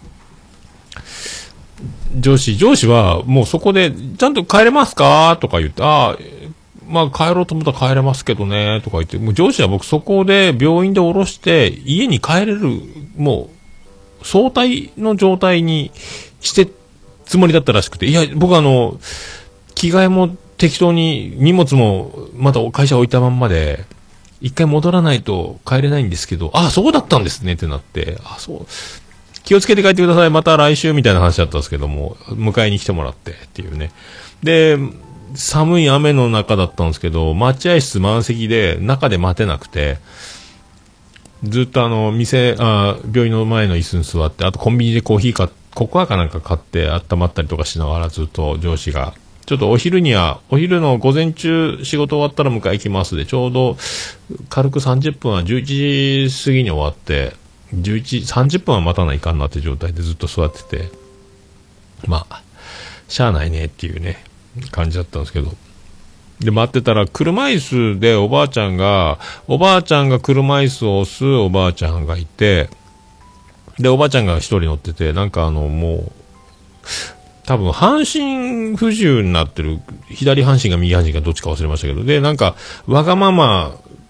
上司上司はもうそこでちゃんと帰れますかとか言って、ああまあ帰ろうと思ったら帰れますけどねとか言って、もう上司は僕そこで病院で降ろして家に帰れるもう相対の状態にしてつもりだったらしくて、いや僕あの着替えも適当に荷物もまだ会社置いたまんまで一回戻らないと帰れないんですけど、ああそうだったんですねってなって、あそう気をつけて帰ってくださいまた来週みたいな話だったんですけども、迎えに来てもらってっていうね。で寒い雨の中だったんですけど、待合室満席で中で待てなくて、ずっとあの店あ病院の前の椅子に座って、あとコンビニでコーヒーかココアかなんか買って温まったりとかしながら、ずっと上司がちょっとお昼にはお昼の午前中仕事終わったら迎え行きますで、ちょうど軽くさんじゅっぷんはじゅういちじ過ぎに終わって、じゅういちさんじゅっぷんは待たないかんなって状態でずっと座ってて、まあしゃあないねっていうね感じだったんですけど、で待ってたら車椅子でおばあちゃんがおばあちゃんが車椅子を押すおばあちゃんがいて、でおばあちゃんが一人乗ってて、なんかあのもう多分半身不自由になってる、左半身が右半身がどっちか忘れましたけど、でなんかわがまま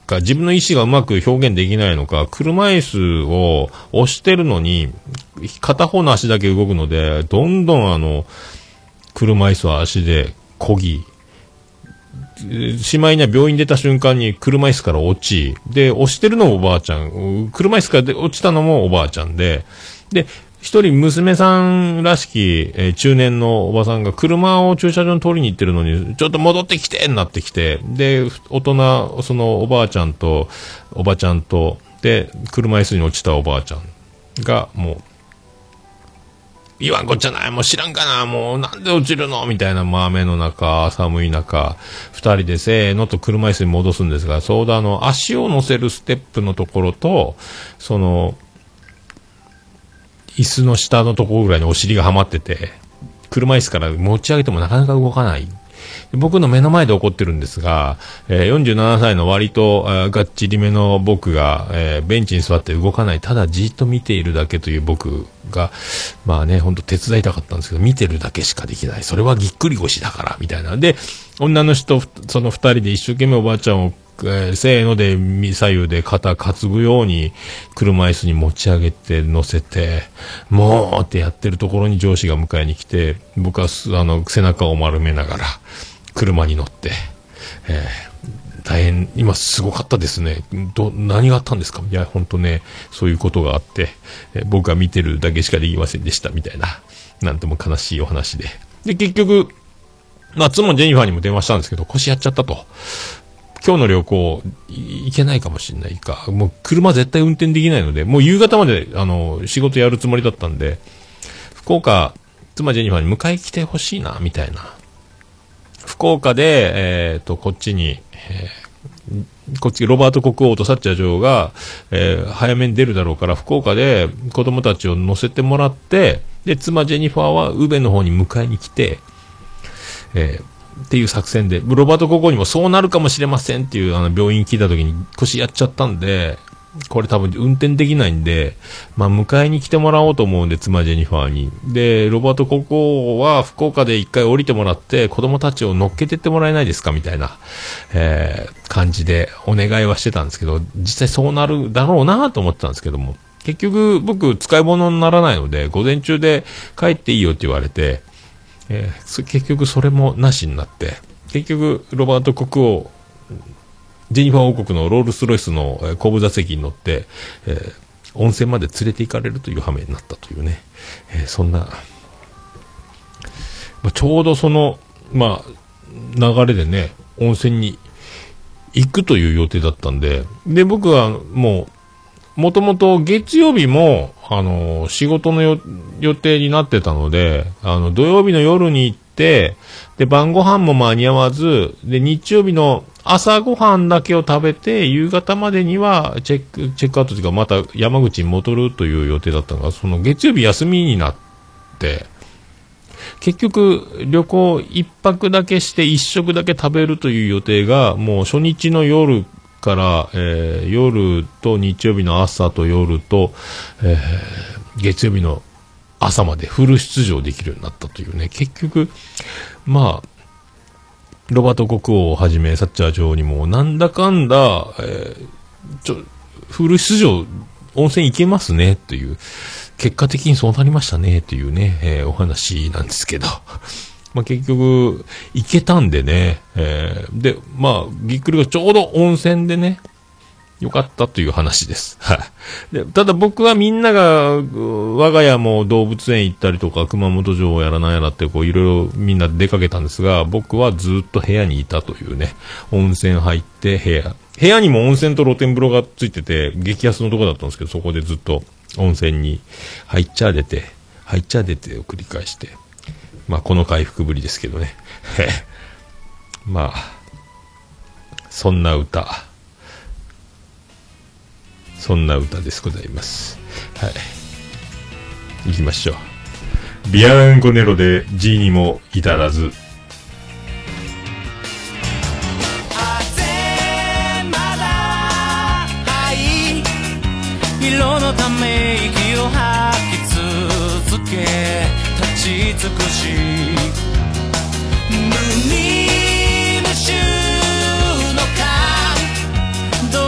か、自分の意思がうまく表現できないのか、車椅子を押してるのに、片方の足だけ動くので、どんどんあの、車椅子は足で漕ぎ、しまいには病院出た瞬間に車椅子から落ち、で、押してるのもおばあちゃん、車椅子から落ちたのもおばあちゃんで、で、一人娘さんらしき、えー、中年のおばさんが車を駐車場に取りに行ってるのに、ちょっと戻ってきてになってきて、で、大人、そのおばあちゃんと、おばちゃんと、で、車椅子に落ちたおばあちゃんが、もう、言わんこっちゃない、もう知らんかな、もうなんで落ちるのみたいな、まあ雨の中、寒い中、二人でせーのと車椅子に戻すんですが、そうだ、あの、足を乗せるステップのところと、その、椅子の下のところぐらいにお尻がはまってて、車椅子から持ち上げてもなかなか動かない。僕の目の前で起こってるんですが、えー、よんじゅうななさいの割と、えー、がっちりめの僕が、えー、ベンチに座って動かない、ただじっと見ているだけという僕が、まあね、ほんと手伝いたかったんですけど、見てるだけしかできない。それはぎっくり腰だから、みたいな。で、女の人、その二人で一生懸命おばあちゃんをえー、せーので左右で肩担ぐように車椅子に持ち上げて乗せて、もうってやってるところに上司が迎えに来て、僕はあの背中を丸めながら車に乗って、えー、大変今すごかったですね。ど何があったんですか。いや本当ね、そういうことがあって、えー、僕は見てるだけしかできませんでしたみたいな、なんとも悲しいお話で、で結局まあ妻ジェニファーにも電話したんですけど、腰やっちゃったと。今日の旅行行けないかもしれないか、もう車絶対運転できないので、もう夕方まであの仕事やるつもりだったんで、福岡妻ジェニファーに迎え来てほしいなみたいな。福岡でえっとこっちに、えー、こっちロバート国王とサッチャー女王が、えー、早めに出るだろうから、福岡で子供たちを乗せてもらって、で妻ジェニファーは宇部の方に迎えに来て、えーっていう作戦で、ロバート国王にもそうなるかもしれませんっていうあの病院聞いた時に腰やっちゃったんで、これ多分運転できないんで、まあ迎えに来てもらおうと思うんで、妻ジェニファーに。で、ロバート国王は福岡で一回降りてもらって子供たちを乗っけてってもらえないですかみたいな、えー、感じでお願いはしてたんですけど、実際そうなるだろうなと思ってたんですけども、結局僕使い物にならないので午前中で帰っていいよって言われて、えー、結局それもなしになって、結局ロバート国王ジェニファー王国のロールスロイスの後部座席に乗って、えー、温泉まで連れて行かれるという羽目になったというね、えー、そんな、まあ、ちょうどその、まあ、流れでね温泉に行くという予定だったんで、で僕はもうもともと月曜日もあの仕事の予定になってたので、あの土曜日の夜に行って、で晩ご飯も間に合わず、で日曜日の朝ご飯だけを食べて夕方までにはチェックチェックアウトというかまた山口に戻るという予定だったのが、その月曜日休みになって、結局旅行一泊だけして一食だけ食べるという予定がもう初日の夜から、えー、夜と日曜日の朝と夜と、えー、月曜日の朝までフル出場できるようになったというね。結局まあロバート国王をはじめサッチャー女王にもなんだかんだ、えー、ちょフル出場温泉行けますねという、結果的にそうなりましたねというね、えー、お話なんですけどまあ結局行けたんでね、えー、でまあぎっくりがちょうど温泉でねよかったという話です。はい。で、ただ僕はみんなが我が家も動物園行ったりとか熊本城をやらないやらってこういろいろみんな出かけたんですが、僕はずっと部屋にいたというね。温泉入って部屋部屋にも温泉と露天風呂がついてて激安のとこだったんですけど、そこでずっと温泉に入っちゃ出て入っちゃ出てを繰り返して、まあこの回復ぶりですけどね。まあそんな歌そんな歌ですございます。はい。行きましょう。ビアンコネロで G にも至らず。 風まだはい色のため息を吐き続け立ち尽くし無に無臭のかど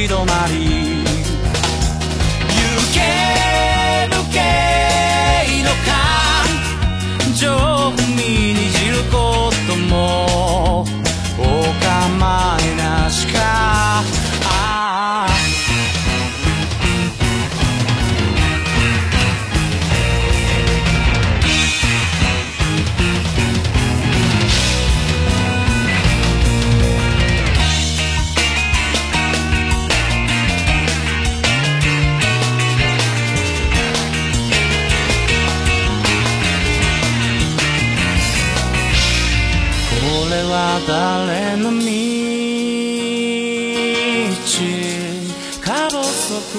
ち止まり行け抜けいのか情ににじることもお構いなしかああ誰の道か細く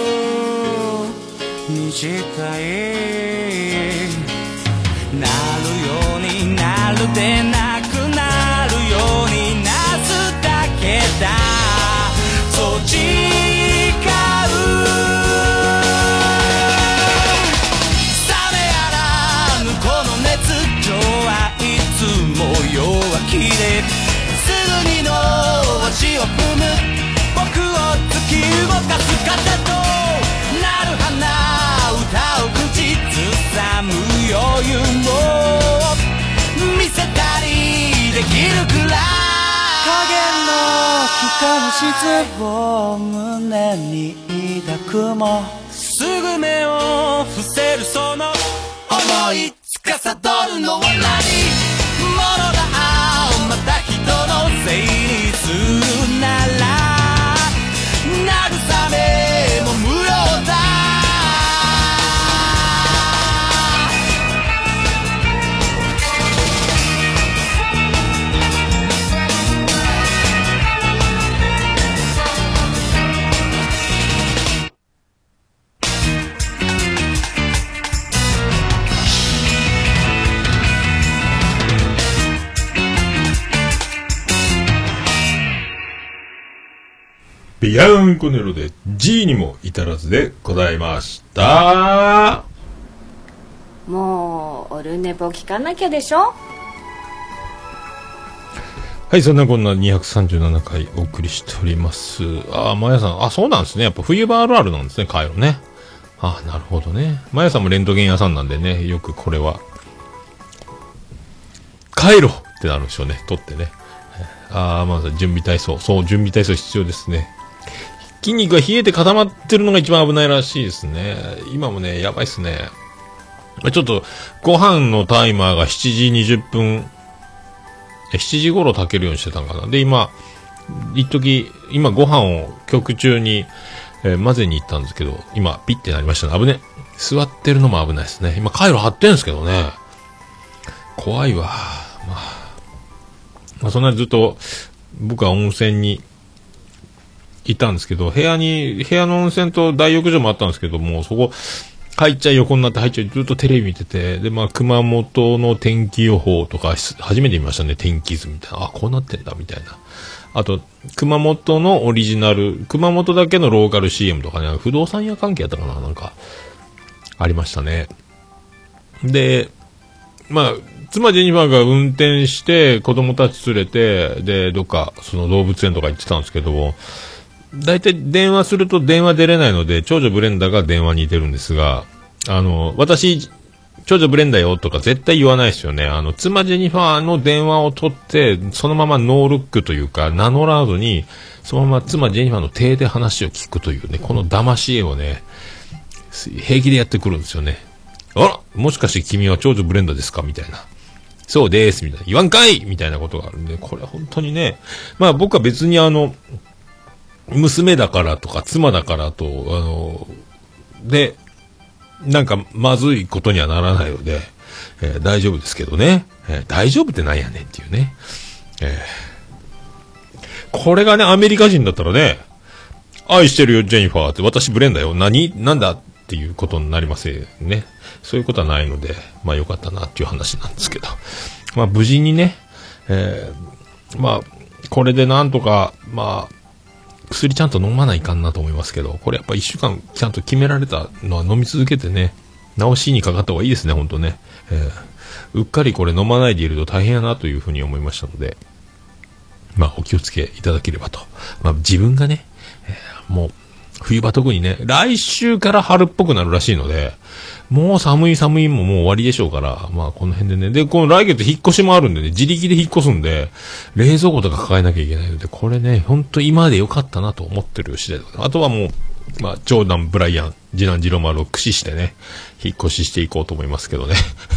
短いなるようになるでなくなるようになすだけだそう誓う冷めやらぬこの熱情はいつも弱気ですぐにの足を踏む僕を突き動かす風となる花歌を口ずさむ余裕も見せたりできるくらい影の光の静を胸に抱くもすぐ目を伏せるその思い司るのは何ものだまた人のせいにするなら慰めも無用だビヤーンコネロで G にも至らずでございました。 もうオルネポ聞かなきゃでしょ。 はい、そんなこんなにひゃくさんじゅうななかいお送りしております。あー、まやさん、あ、そうなんですね。やっぱ冬場あるあるなんですね、カイロね。あ、なるほどね。まやさんもレントゲン屋さんなんでね、よくこれはカイロってなるんでしょうね、取ってね。あー、まず準備体操、そう、準備体操必要ですね。筋肉が冷えて固まってるのが一番危ないらしいですね。今もね、やばいっすね。ちょっと、ご飯のタイマーがしちじにじゅっぷん、しちじ頃炊けるようにしてたんかな。で、今、一時、今ご飯を曲中に、えー、混ぜに行ったんですけど、今、ピッてなりましたね。危ね。座ってるのも危ないですね。今、カイロ張ってんですけどね。怖いわ。まあ、まあ、そんなにずっと、僕は温泉に、いたんですけど、部屋に、部屋の温泉と大浴場もあったんですけども、そこ、入っちゃい横になって入っちゃい、ずっとテレビ見てて、で、まあ、熊本の天気予報とか、初めて見ましたね、天気図みたいな。あ、こうなってんだ、みたいな。あと、熊本のオリジナル、熊本だけのローカル シーエム とかね、不動産屋関係やったかな、なんか、ありましたね。で、まあ、妻ジェニファーが運転して、子供たち連れて、で、どっか、その動物園とか行ってたんですけども、大体電話すると電話出れないので、長女ブレンダーが電話に出るんですが、あの、私、長女ブレンダーよとか絶対言わないですよね。あの、妻ジェニファーの電話を取って、そのままノールックというか、名乗らずに、そのまま妻ジェニファーの手で話を聞くというね、この騙し絵をね、平気でやってくるんですよね。あら、もしかして君は長女ブレンダーですかみたいな。そうです、みたいな。言わんかいみたいなことがあるんで、これ本当にね、まあ僕は別にあの、娘だからとか妻だからと、あの、で、なんかまずいことにはならないので、えー、大丈夫ですけどね、えー、大丈夫ってなんやねんっていうね、えー、これがね、アメリカ人だったらね、愛してるよ、ジェニファーって、私ブレンだよ、何なんだっていうことになりますよね。そういうことはないので、まあよかったなっていう話なんですけど、まあ無事にね、えー、まあ、これでなんとか、まあ、薬ちゃんと飲まないかんなと思いますけど、これやっぱ一週間ちゃんと決められたのは飲み続けてね、治しにかかった方がいいですね、ほんとね。えー、うっかりこれ飲まないでいると大変やなというふうに思いましたので、まあお気をつけいただければと。まあ自分がね、 えー、もう、冬場特にね、来週から春っぽくなるらしいので、もう寒い寒いももう終わりでしょうから、まあこの辺でね。で、この来月引っ越しもあるんでね、自力で引っ越すんで、冷蔵庫とか抱えなきゃいけないので、これね、ほんと今まで良かったなと思ってる次第でございます。あとはもう、まあ、長男ブライアン、次男ジロマルを駆使してね、引っ越ししていこうと思いますけどね。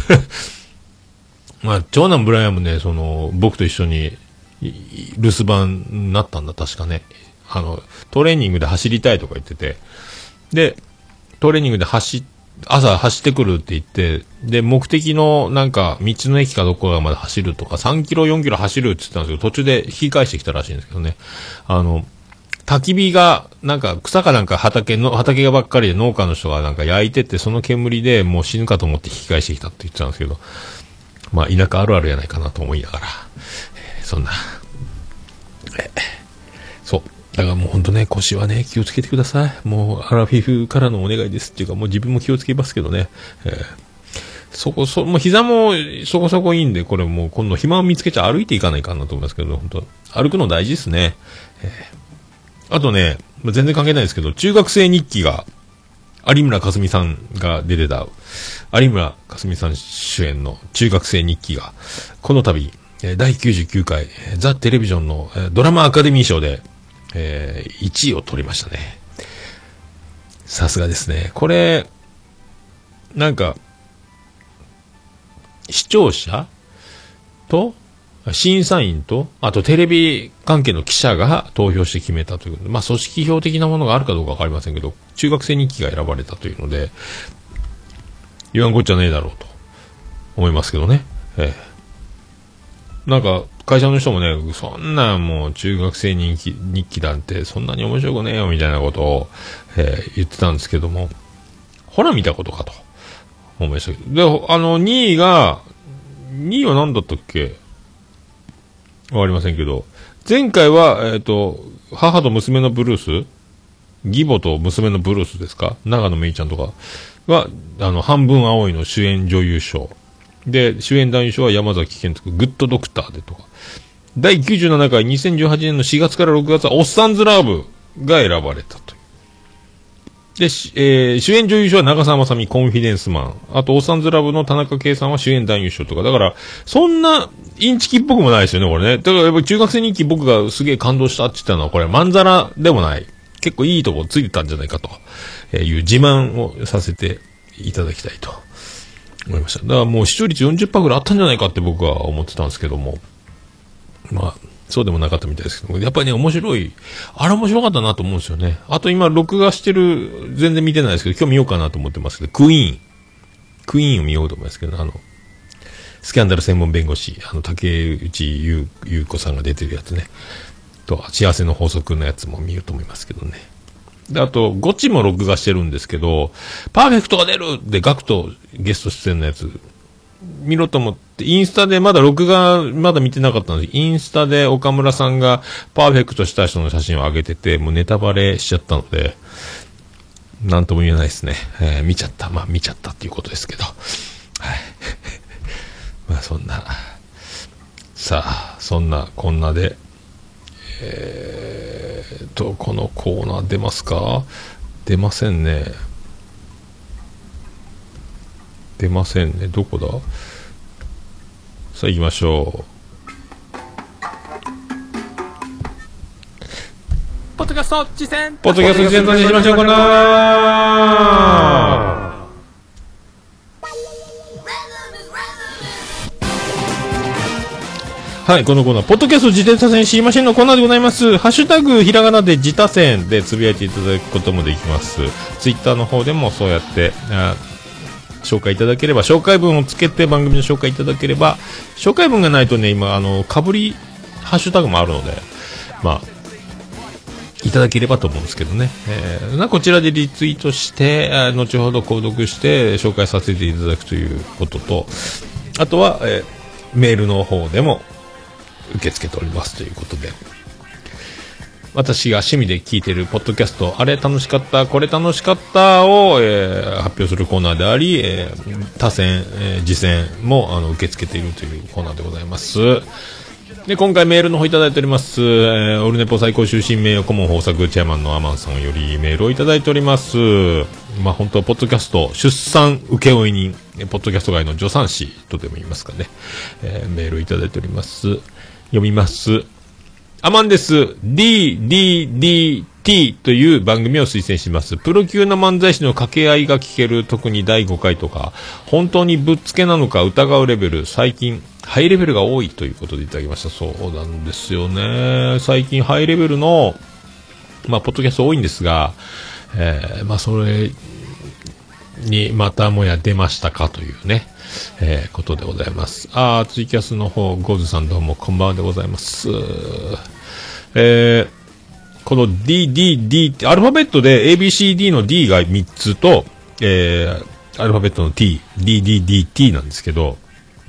まあ、長男ブライアンもね、その、僕と一緒に、留守番になったんだ、確かね。あの、トレーニングで走りたいとか言ってて、で、トレーニングで走っ朝走ってくるって言って、で、目的のなんか、道の駅かどこかまで走るとか、さんキロ、よんキロ走るって言ってたんですけど、途中で引き返してきたらしいんですけどね。あの、焚き火が、なんか、草かなんか畑の、畑がばっかりで農家の人がなんか焼いてて、その煙でもう死ぬかと思って引き返してきたって言ってたんですけど、まあ、田舎あるあるやないかなと思いながら、えー、そんな、えー、そう。だからもうほんとね、腰はね、気をつけてください。もう、アラフィフからのお願いですっていうか、もう自分も気をつけますけどね。えー、そこ、そ、もう膝もそこそこいいんで、これもう今度暇を見つけちゃ歩いていかないかなと思いますけど、本当歩くの大事ですね。えー、あとね、全然関係ないですけど、中学生日記が、有村架純さんが出てた、有村架純さん主演の中学生日記が、この度、だいきゅうじゅうきゅうかい、ザ・テレビジョンのドラマアカデミー賞で、えー、いちいを取りましたね。さすがですね。これ、なんか、視聴者と、審査員と、あとテレビ関係の記者が投票して決めたということで、まあ組織票的なものがあるかどうかわかりませんけど、中学生日記が選ばれたというので、言わんこっちゃねえだろうと思いますけどね。ええ、なんか、会社の人もね、そんなもう中学生日記、日記なんてそんなに面白くねえよみたいなことを、えー、言ってたんですけども、ほら見たことかと思いましたけど。で、あの、にいが、にいは何だったっけわかりませんけど、前回は、えっと、母と娘のブルース義母と娘のブルースですか長野めいちゃんとかは、あの、半分青いの主演女優賞。で、主演男優賞は山崎賢人、グッドドクターでとか。だいきゅうじゅうななかいにせんじゅうはちねんのしがつからろくがつはおっさんずラブが選ばれたという。で、えー、主演女優賞は長澤まさみ、コンフィデンスマン。あと、おっさんずラブの田中圭さんは主演男優賞とか。だから、そんな、インチキっぽくもないですよね、これね。だから、やっぱり中学生日記僕がすげえ感動したって言ったのは、これ、まんざらでもない。結構いいとこついてたんじゃないかという自慢をさせていただきたいと思いました。だからもう視聴率 よんじゅっパーセント ぐらいあったんじゃないかって僕は思ってたんですけども。まあ、そうでもなかったみたいですけど、やっぱりね、面白い、あれ面白かったなと思うんですよね。あと今、録画してる、全然見てないですけど、今日見ようかなと思ってますけど、クイーン。クイーンを見ようと思いますけど、あの、スキャンダル専門弁護士、あの、竹内優子さんが出てるやつね。と、幸せの法則のやつも見ようと思いますけどね。で、あと、ゴチも録画してるんですけど、パーフェクトが出るで、ガクトゲスト出演のやつ、見ろと思って、インスタでまだ録画、まだ見てなかったんです。インスタで岡村さんがパーフェクトした人の写真を上げてて、もうネタバレしちゃったので、なんとも言えないですね。えー、見ちゃった。まあ見ちゃったっていうことですけど。はい。まあそんな、さあ、そんなこんなで、えーと、このコーナー出ますか？出ませんね。出ませんね。どこだ？さあ行きましょう。 ポッドキャスト実践ポッドキャスト実践にしましょうかな。はい、このコーナー、ポッドキャスト自転車線知りませんのコーナーでございます。ハッシュタグ、ひらがなで自他線でつぶやいていただくこともできます。ツイッターの方でもそうやって、あ紹介いただければ、紹介文をつけて番組の紹介いただければ、紹介文がないとね、今、あの、かぶりハッシュタグもあるので、まあ、いただければと思うんですけどね。えー、なこちらでリツイートして、後ほど購読して紹介させていただくということと、あとは、えー、メールの方でも受け付けておりますということで、私が趣味で聞いているポッドキャスト、あれ楽しかった、これ楽しかったを、えー、発表するコーナーであり、えー、他選、えー、次戦もあの受け付けているというコーナーでございます。 で、今回メールの方いただいております。えー、オルネポ最高終身名誉顧問豊作チェアマンのアマンさんよりメールをいただいております。まあ本当はポッドキャスト出産請負人、ポッドキャスト界の助産師とでも言いますかね。えー、メールをいただいております。読みます。アマンです。ディーディーディーティー という番組を推薦します。プロ級の漫才師の掛け合いが聞ける、特にだいごかいとか、本当にぶっつけなのか疑うレベル、最近ハイレベルが多いということでいただきました。そうなんですよね。最近ハイレベルの、まあ、ポッドキャスト多いんですが、えー、まあ、それにまたもや出ましたかというね、えー、ことでございます。あー、ツイキャスの方、ゴズさんどうもこんばんはでございます。えー、この ディーディーディー ってアルファベットで エービーシーディー の D がみっつと、えー、アルファベットの T、ディーディーディーティー なんですけど、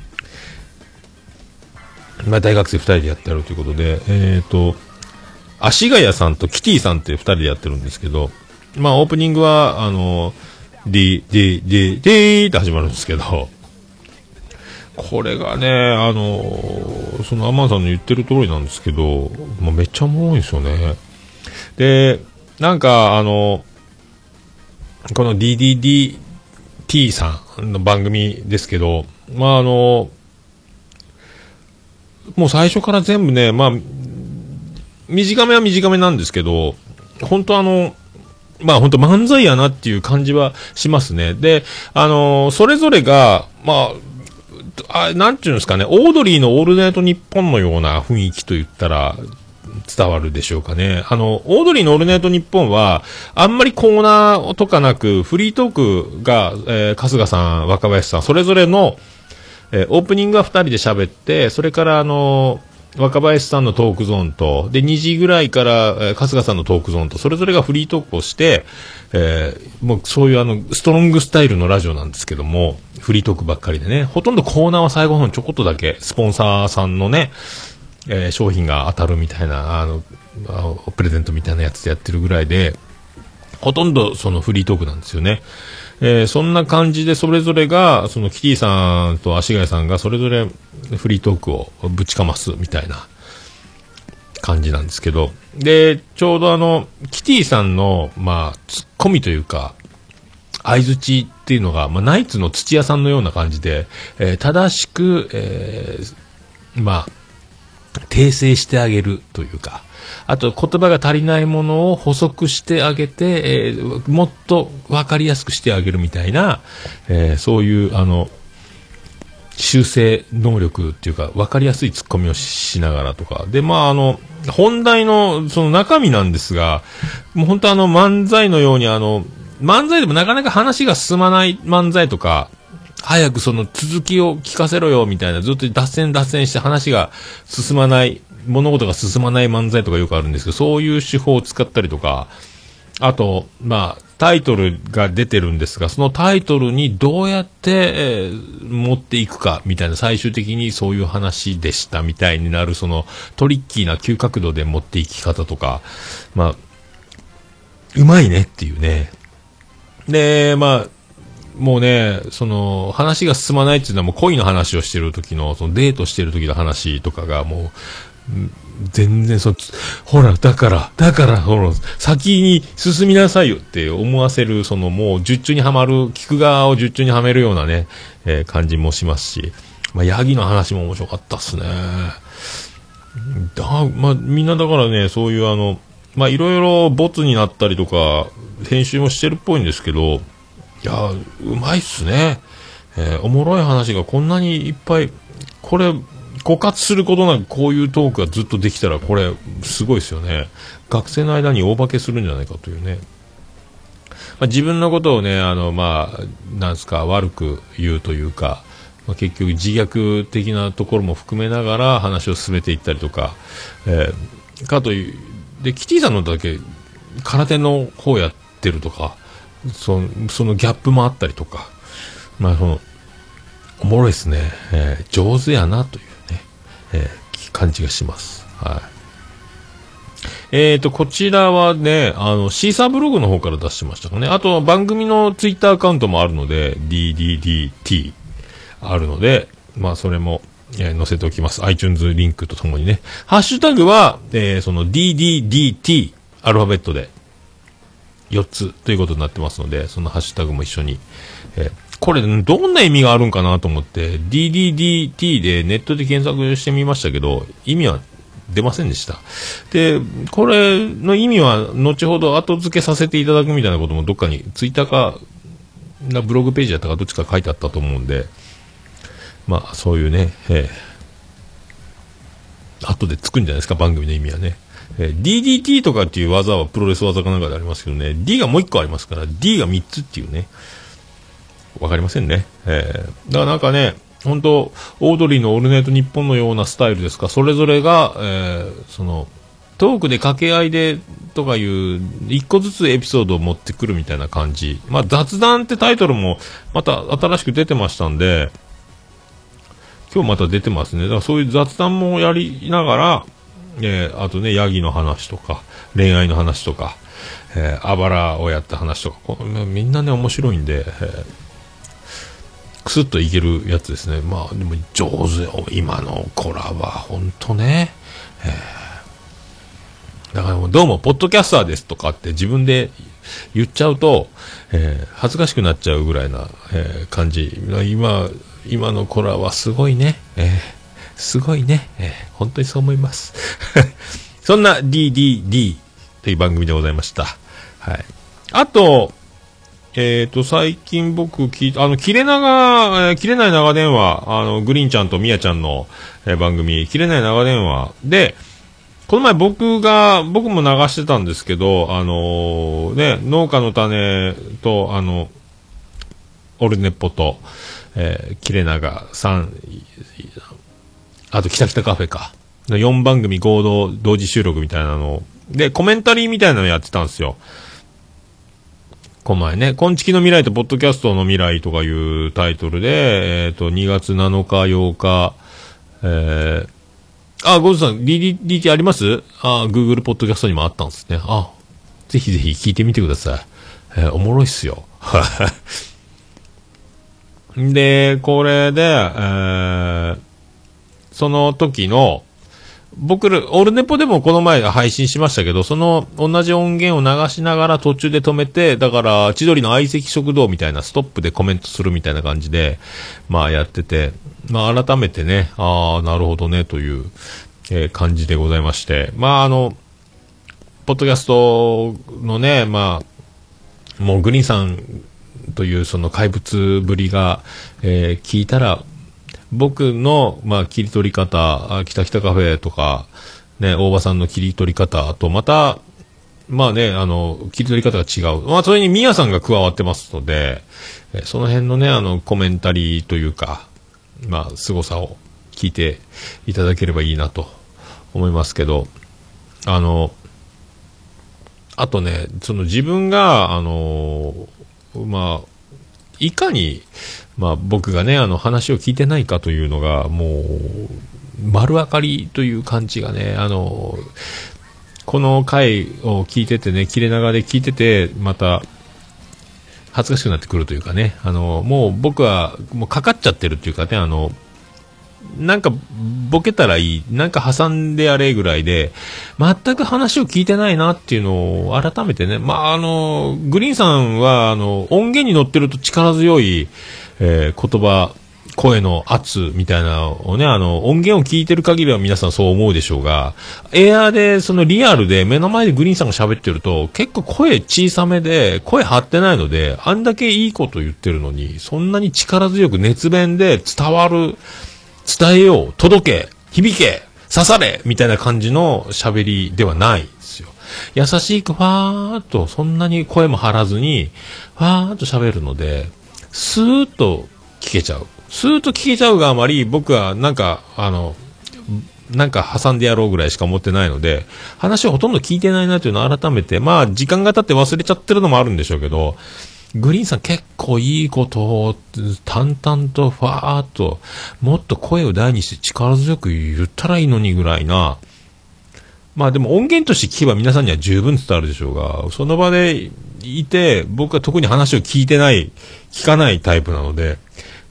まあ大学生ふたりでやってやるということで、えっと、足ヶ谷さんとキティさんってふたりでやってるんですけど、まあオープニングは、あの、D、D、D、D って始まるんですけど、これがね、あの、そのアマンさんの言ってる通りなんですけど、まあ、めっちゃおもろいんですよね。で、なんか、あの、この ディーディーディーティー さんの番組ですけど、まああの、もう最初から全部ね、まあ、短めは短めなんですけど、本当あの、まあ本当漫才やなっていう感じはしますね。で、あの、それぞれが、まあ、あ、なんていうんですかね、オードリーのオールナイトニッポンのような雰囲気と言ったら伝わるでしょうかね。あの、オードリーのオールナイトニッポンは、あんまりコーナーとかなく、フリートークが、えー、春日さん、若林さん、それぞれの、えー、オープニングはふたりで喋って、それからあのー、若林さんのトークゾーンと、で、にじぐらいから、えー、春日さんのトークゾーンと、それぞれがフリートークをして、えー、もうそういうあの、ストロングスタイルのラジオなんですけども、フリートークばっかりでね、ほとんどコーナーは最後の方にちょこっとだけ、スポンサーさんのね、えー、商品が当たるみたいな、あの、あのプレゼントみたいなやつでやってるぐらいで、ほとんどそのフリートークなんですよね。えー、そんな感じでそれぞれが、そのキティさんと足ヶ谷さんがそれぞれフリートークをぶちかますみたいな感じなんですけど、で、ちょうどあの、キティさんの、まあ、ツッコミというか、相づちっていうのが、まあ、ナイツの土屋さんのような感じで、えー、正しく、えー、まあ、訂正してあげるというか、あと言葉が足りないものを補足してあげて、えー、もっと分かりやすくしてあげるみたいな、えー、そういうあの修正能力っていうか分かりやすいツッコミをしながらとかで、まああの本題のその中身なんですが、もう本当あの漫才のようにあの漫才でもなかなか話が進まない漫才とか、早くその続きを聞かせろよみたいな、ずっと脱線脱線して話が進まない、物事が進まない漫才とかよくあるんですけど、そういう手法を使ったりとか、あと、まあ、タイトルが出てるんですが、そのタイトルにどうやって、えー、持っていくかみたいな、最終的にそういう話でしたみたいになる、そのトリッキーな急角度で持っていき方とか、まあ、うまいねっていうね。で、まあ、もうね、その話が進まないっていうのはもう恋の話をしてる時の、そのデートしてる時の話とかがもう、全然そ、ほら、だから、だから、ほら、先に進みなさいよって思わせる、そのもう術中にはまる、聞く側を術中にはめるようなね、えー、感じもしますし、まあ、ヤギの話も面白かったっすね。だ、まあ、みんなだからね、そういうあの、まあ、いろいろボツになったりとか、編集もしてるっぽいんですけど、いや、うまいっすね。えー、おもろい話がこんなにいっぱい、これ、枯渇することなくこういうトークがずっとできたら、これ、すごいですよね。学生の間に大化けするんじゃないかというね。まあ、自分のことをね、あの、まあ、なんすか、悪く言うというか、まあ、結局自虐的なところも含めながら話を進めていったりとか、えー、かという、で、キティさんのだけ、空手の方やってるとか、その、そのギャップもあったりとか、まあ、その、おもろいですね。えー、上手やなというね、えー、感じがします。はい。えーと、こちらはね、あの、シーサーブログの方から出してましたかね。あと、番組のツイッターアカウントもあるので、ディーディーディーティー あるので、まあ、それも、 えー、載せておきます。iTunes リンクとともにね。ハッシュタグは、えー、その ディーディーディーティー アルファベットでよっつということになってますので、そのハッシュタグも一緒に、えー、これどんな意味があるんかなと思って ディーディーディーティー でネットで検索してみましたけど、意味は出ませんでした。で、これの意味は後ほど後付けさせていただくみたいなこともどっかにツイッターかブログページだったかどっちか書いてあったと思うんで、まあそういうね、えー、後でつくんじゃないですか、番組の意味はね。えー、ディーディーティー とかっていう技はプロレス技かなんかでありますけどね、 D がもういっこありますから D がみっつっていうね、わかりませんね。えー、だからなんかね、本当オードリーのオールナイトニッポンのようなスタイルですか、それぞれが、えー、そのトークで掛け合いでとかいう一個ずつエピソードを持ってくるみたいな感じ。まあ雑談ってタイトルもまた新しく出てましたんで、今日また出てますね。だからそういう雑談もやりながら、えー、あとね、ヤギの話とか恋愛の話とか、えー、あばらをやった話とか、このみんなね面白いんで、えークスッといけるやつですね。まあでも上手よ、今の子らは本当ね、えー、だからもうどうもポッドキャスターですとかって自分で言っちゃうと、えー、恥ずかしくなっちゃうぐらいな、えー、感じ。今今の子らはすごいね、えー、すごいね、えー、本当にそう思いますそんな ディーディーディー という番組でございました。はい。あとえっと、最近僕聞いた、あの、切れ長、えー、切れない長電話、あの、グリーンちゃんとミヤちゃんの、えー、番組、切れない長電話で、この前僕が、僕も流してたんですけど、あのー、ね、農家の種と、あの、オルネポと、えー、切れ長さん、あと、キタキタカフェか。よんばん組合同同時収録みたいなので、コメンタリーみたいなのやってたんですよ。この前ね、こんちきの未来とポッドキャストの未来とかいうタイトルで、えっと、にがつなのかようか、えー、あ、ゴーズさん、ディーディーディーティー あります？あ、Google ポッドキャストにもあったんですね。あ、ぜひぜひ聞いてみてください。えー、おもろいっすよ。で、これで、えー、その時の、僕ら、オルネポでもこの前配信しましたけど、その同じ音源を流しながら途中で止めて、だから、千鳥の相席食堂みたいなストップでコメントするみたいな感じで、まあやってて、まあ改めてね、ああ、なるほどね、という、えー、感じでございまして、まああの、ポッドキャストのね、まあ、もうグリーンさんというその怪物ぶりが、えー、聞いたら、僕の、まあ、切り取り方、キタキタカフェとか、ね、大場さんの切り取り方と、また、まあね、あの、切り取り方が違う。まあ、それにミヤさんが加わってますので、えその辺のね、あの、コメンタリーというか、まあ、凄さを聞いていただければいいなと思いますけど、あの、あとね、その自分が、あの、まあ、いかに、まあ僕がね、あの話を聞いてないかというのが、もう、丸分かりという感じがね、あの、この回を聞いててね、切れ長で聞いてて、また、恥ずかしくなってくるというかね、あの、もう僕は、もうかかっちゃってるっていうかね、あの、なんか、ボケたらいい、なんか挟んでやれぐらいで、全く話を聞いてないなっていうのを改めてね、まあ、あの、グリーンさんは、あの、音源に乗ってると力強い、えー、言葉、声の圧みたいなのをね、あの、音源を聞いてる限りは皆さんそう思うでしょうが、エアーで、そのリアルで目の前でグリーンさんが喋ってると、結構声小さめで、声張ってないので、あんだけいいこと言ってるのに、そんなに力強く熱弁で伝わる、伝えよう、届け、響け、刺されみたいな感じの喋りではないんですよ。優しくファーっと、そんなに声も張らずに、ファーっと喋るので、スーッと聞けちゃう。スーッと聞けちゃうがあまり、僕はなんか、あの、なんか挟んでやろうぐらいしか思ってないので、話をほとんど聞いてないなというのを改めて、まあ時間が経って忘れちゃってるのもあるんでしょうけど、グリーンさん結構いいことを淡々とファーっと、もっと声を大にして力強く言ったらいいのにぐらいな、まあでも音源として聞けば皆さんには十分伝わるでしょうが、その場でいて僕は特に話を聞いてない、聞かないタイプなので、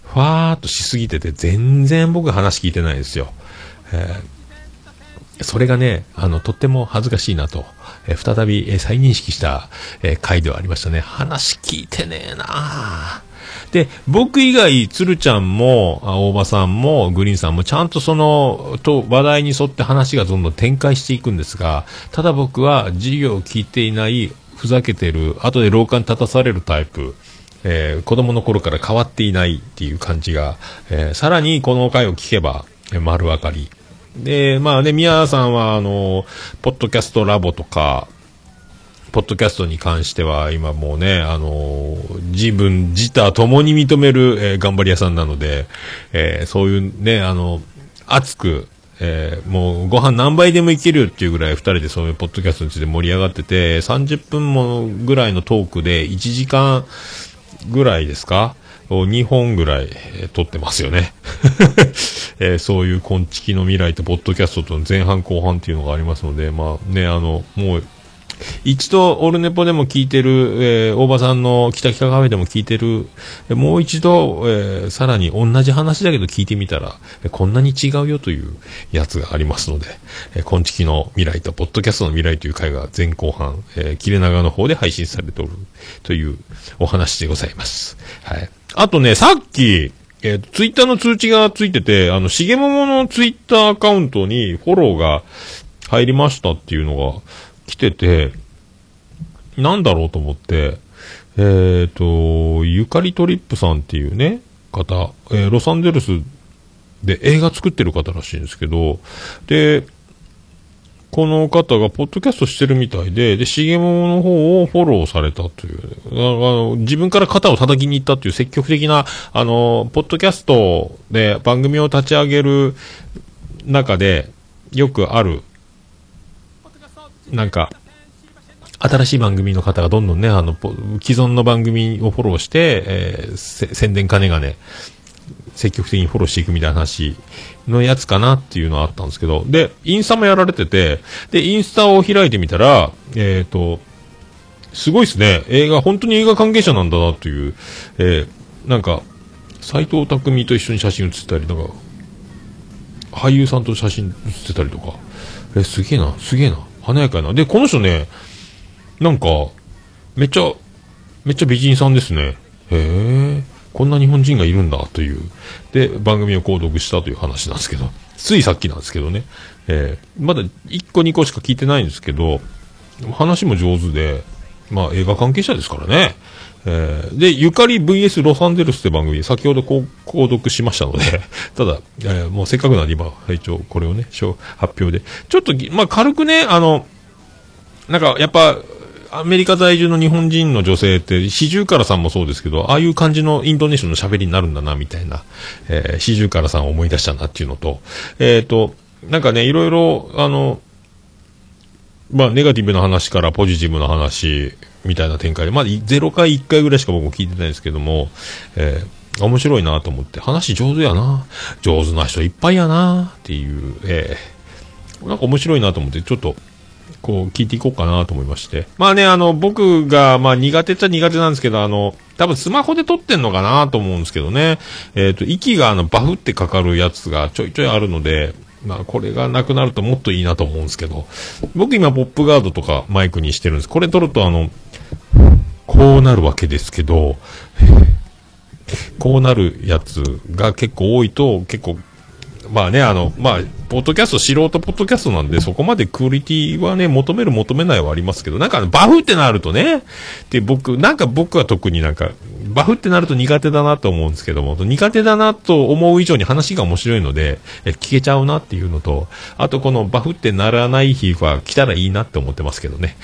ふわーっとしすぎてて、全然僕話聞いてないですよ。えー、それがね、あの、とっても恥ずかしいなと、えー、再び、えー、再認識した、えー、回ではありましたね。話聞いてねえなー。で、僕以外、鶴ちゃんも、大場さんも、グリーンさんも、ちゃんとその、と、話題に沿って話がどんどん展開していくんですが、ただ僕は、授業を聞いていない、ふざけてる、後で廊下に立たされるタイプ、えー、子供の頃から変わっていないっていう感じが、えー、さらにこの回を聞けば、えー、丸分かり。で、まあね、宮さんは、あの、ポッドキャストラボとか、ポッドキャストに関しては今もうね、あのー、自分自他ともに認める、えー、頑張り屋さんなので、えー、そういうね、あの、熱く、えー、もうご飯何杯でもいけるよっていうぐらい二人でそういうポッドキャストについて盛り上がってて、さんじゅっぷんもぐらいのトークでいちじかんぐらいですかをにほんぐらい、えー、撮ってますよね、えー、そういう今月の未来とポッドキャストとの前半後半っていうのがありますので、まあね、あの、もう、一度オルネポでも聞いてる、えー、大場さんのキタキタカフェでも聞いてる、えー、もう一度、えー、さらに同じ話だけど聞いてみたら、えー、こんなに違うよというやつがありますので、えー、今月の未来とポッドキャストの未来という回が前後半、えー、切れ長の方で配信されておるというお話でございます。はい。あとね、さっき、えー、ツイッターの通知がついてて、あの、しげもものツイッターアカウントにフォローが入りましたっていうのが来てて、なんだろうと思って、えっと、ゆかりトリップさんっていうね、方、えー、ロサンゼルスで映画作ってる方らしいんですけど、で、この方がポッドキャストしてるみたいで、で、しげももの方をフォローされたという、あの、自分から肩を叩きに行ったという積極的な、あの、ポッドキャストで番組を立ち上げる中で、よくある、なんか、新しい番組の方がどんどんね、あの、既存の番組をフォローして、えー、宣伝金がね、積極的にフォローしていくみたいな話のやつかなっていうのはあったんですけど、で、インスタもやられてて、で、インスタを開いてみたら、えっと、すごいですね。映画、本当に映画関係者なんだなという、えー、なんか、斎藤匠と一緒に写真写ってたり、なんか、俳優さんと写真写ってたりとか、え、すげえな、すげえな、華やかやな。で、この人ね、なんか、めっちゃ、めっちゃ美人さんですね。へえ、こんな日本人がいるんだという。で、番組を購読したという話なんですけど、ついさっきなんですけどね。えー、まだいっこにこしか聞いてないんですけど、話も上手で、まあ映画関係者ですからね。えー、で、ゆかり ブイエス ロサンゼルスって番組、先ほどこう購読しましたので、ただ、えー、もうせっかくなんで今、一応これをね、発表で。ちょっと、まあ軽くね、あの、なんかやっぱ、アメリカ在住の日本人の女性って、シジュウカラさんもそうですけど、ああいう感じのインドネシアの喋りになるんだな、みたいな、えー、シジュウカラさんを思い出したなっていうのと、えっと、なんかね、いろいろ、あの、まあ、ネガティブな話からポジティブな話、みたいな展開で、まあ、ゼロかいいっかいぐらいしか僕も聞いてないんですけども、えー、面白いなと思って、話上手やな、上手な人いっぱいやな、っていう、えー、なんか面白いなと思って、ちょっと、こう聞いていこうかなと思いまして。まあね、あの、僕が、まあ苦手っちゃ苦手なんですけど、あの、多分スマホで撮ってんのかなと思うんですけどね。えっと、息があの、バフってかかるやつがちょいちょいあるので、まあこれがなくなるともっといいなと思うんですけど、僕今ポップガードとかマイクにしてるんです。これ撮るとあの、こうなるわけですけど、こうなるやつが結構多いと、結構、まあね、あの、まあ、ポッドキャスト、素人ポッドキャストなんで、そこまでクオリティはね、求める求めないはありますけど、なんか、バフってなるとね、で、僕、なんか僕は特になんか、バフってなると苦手だなと思うんですけども、苦手だなと思う以上に話が面白いので、え聞けちゃうなっていうのと、あとこのバフってならない日は来たらいいなって思ってますけどね。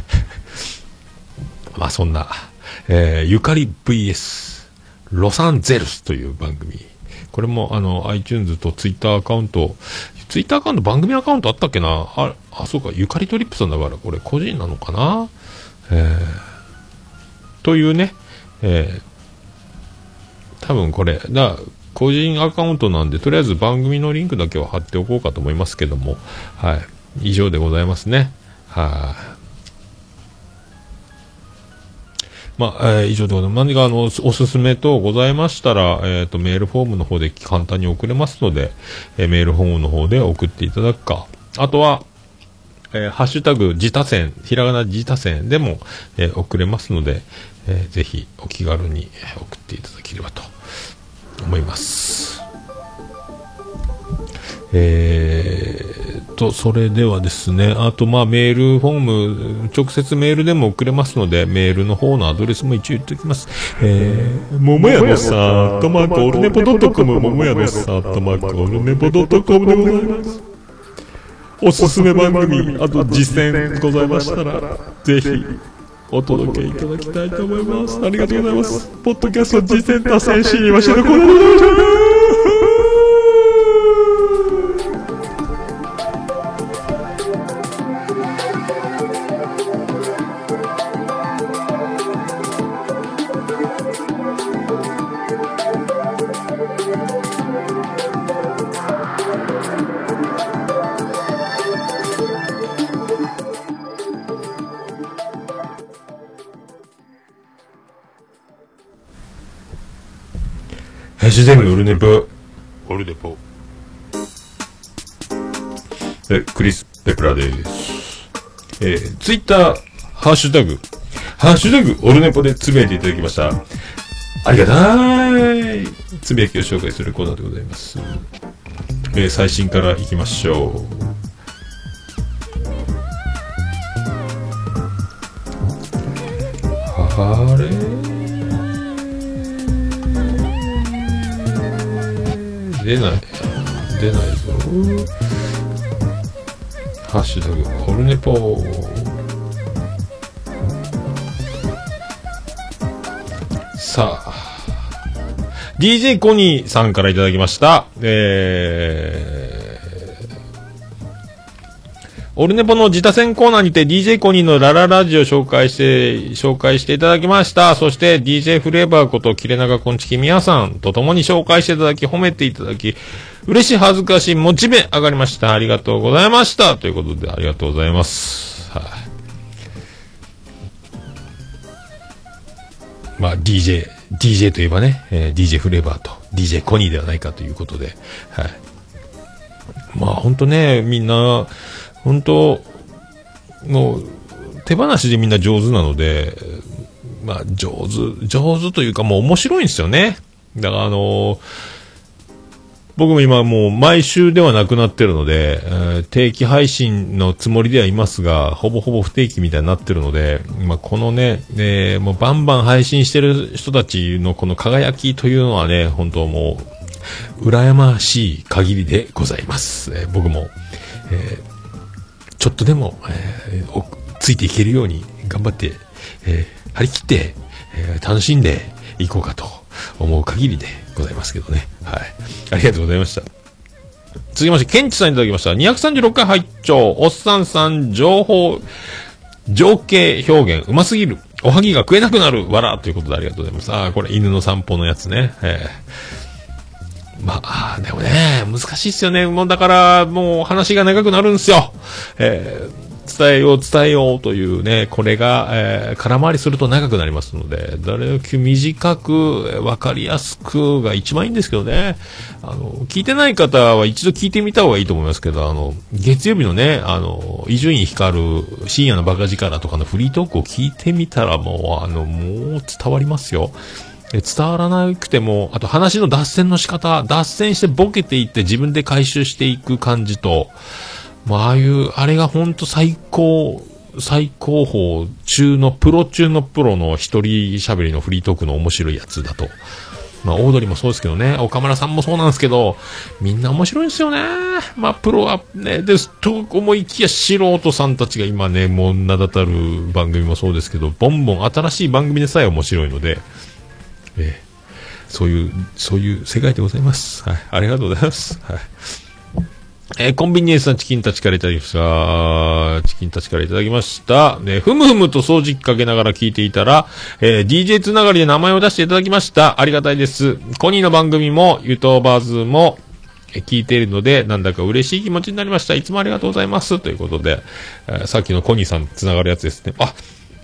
まあ、そんな、えー、ゆかり ブイエス ロサンゼルスという番組。これもあの iTunes と Twitter アカウント、Twitter アカウント、番組アカウントあったっけなあ、あ、そうか、ゆかりトリップさんだから、これ個人なのかな、えー、というね、えー、多分これ、だ個人アカウントなんで、とりあえず番組のリンクだけは貼っておこうかと思いますけども、はい、以上でございますね。はい、 まあ、えー、以上でございます。何かあの、おすすめ等ございましたら、えっと、メールフォームの方で簡単に送れますので、えー、メールフォームの方で送っていただくか。あとは、えー、ハッシュタグ、自他戦、ひらがな自他戦でも、えー、送れますので、えー、ぜひお気軽に送っていただければと思います。えーと、それではですね、あと、まあ、メールフォーム、直接メールでも送れますので、メールの方のアドレスも一応言っておきます。えー、ももやのさー、とまく、オルネポドットコム、ももやのさー、とまく、オルネポドットコムでございます。おすすめ番組、あと実践ございましたら、ぜひ、お届けいただきたいと思います。ありがとうございます。ポッドキャスト実践達成し、わしのコーナーでございました。ハッシュタグオルネポオルネポえクリス・ペプラです。えー、ツイッターハッシュタグハッシュタグオルネポでつぶやいていただきました。ありがたいつぶやきを紹介するコーナーでございます。えー、最新からいきましょう。あれ出ない出ないぞ。ハッシュタグオルネポさあ ディージェー コニーさんからいただきました。えーオルネポの自他戦コーナーにて ディージェー コニーのラララジオを紹介して、紹介していただきました。そして ディージェー フレーバーこと切れ長こんちきみやさんと共に紹介していただき、褒めていただき、嬉しい恥ずかしいモチベ上がりました。ありがとうございました。ということでありがとうございます。はい、まあ ディージェー、ディージェー といえばね、えー、ディージェー フレーバーと ディージェー コニーではないかということで、はい。まあほんとね、みんな、本当もう手放しでみんな上手なので、まあ上手上手というかもう面白いんですよね。だからあのー、僕も今もう毎週ではなくなってるので、えー、定期配信のつもりではいますが、ほぼほぼ不定期みたいになってるので、まあ、このね、えー、もうバンバン配信してる人たちのこの輝きというのはね、本当もう羨ましい限りでございます。えー、僕も、えーちょっとでも、えー、ついていけるように頑張って、えー、張り切って、えー、楽しんでいこうかと思う限りでございますけどね。はい。ありがとうございました。続きまして、ケンチさんいただきました。にひゃくさんじゅうろっかい拝聴。おっさんさん、情報、情景表現、うますぎる。おはぎが食えなくなる。わら。ということでありがとうございます。ああ、これ犬の散歩のやつね。えー、まあ、でもね、難しいっすよね。もうだから、もう話が長くなるんですよ。えー、伝えよう、伝えようというね、これが、えー、空回りすると長くなりますので、誰を短く、わかりやすくが一番いいんですけどね。あの、聞いてない方は一度聞いてみた方がいいと思いますけど、あの、月曜日のね、あの、伊集院光る深夜のバカ力とかのフリートークを聞いてみたらもう、あの、もう伝わりますよ。伝わらなくても、あと話の脱線の仕方、脱線してボケていって自分で回収していく感じと、まあ、ああいう、あれがほんと最高、最高峰中のプロ中のプロの一人喋りのフリートークの面白いやつだと。まあ、オードリーもそうですけどね、岡村さんもそうなんですけど、みんな面白いんですよね。まあ、プロはね、ですと思いきや素人さんたちが今ね、もう名だたる番組もそうですけど、ボンボン新しい番組でさえ面白いので、えー、そういう、そういう世界でございます。はい。ありがとうございます。はい。えー、コンビニエンスなチキンたちからいただきました。チキンたちからいただきました。ね、ふむふむと掃除機かけながら聞いていたら、えー、ディージェー つながりで名前を出していただきました。ありがたいです。コニーの番組も、ユートーバーズも、えー、聞いているので、なんだか嬉しい気持ちになりました。いつもありがとうございます。ということで、えー、さっきのコニーさんつながるやつですね。あ、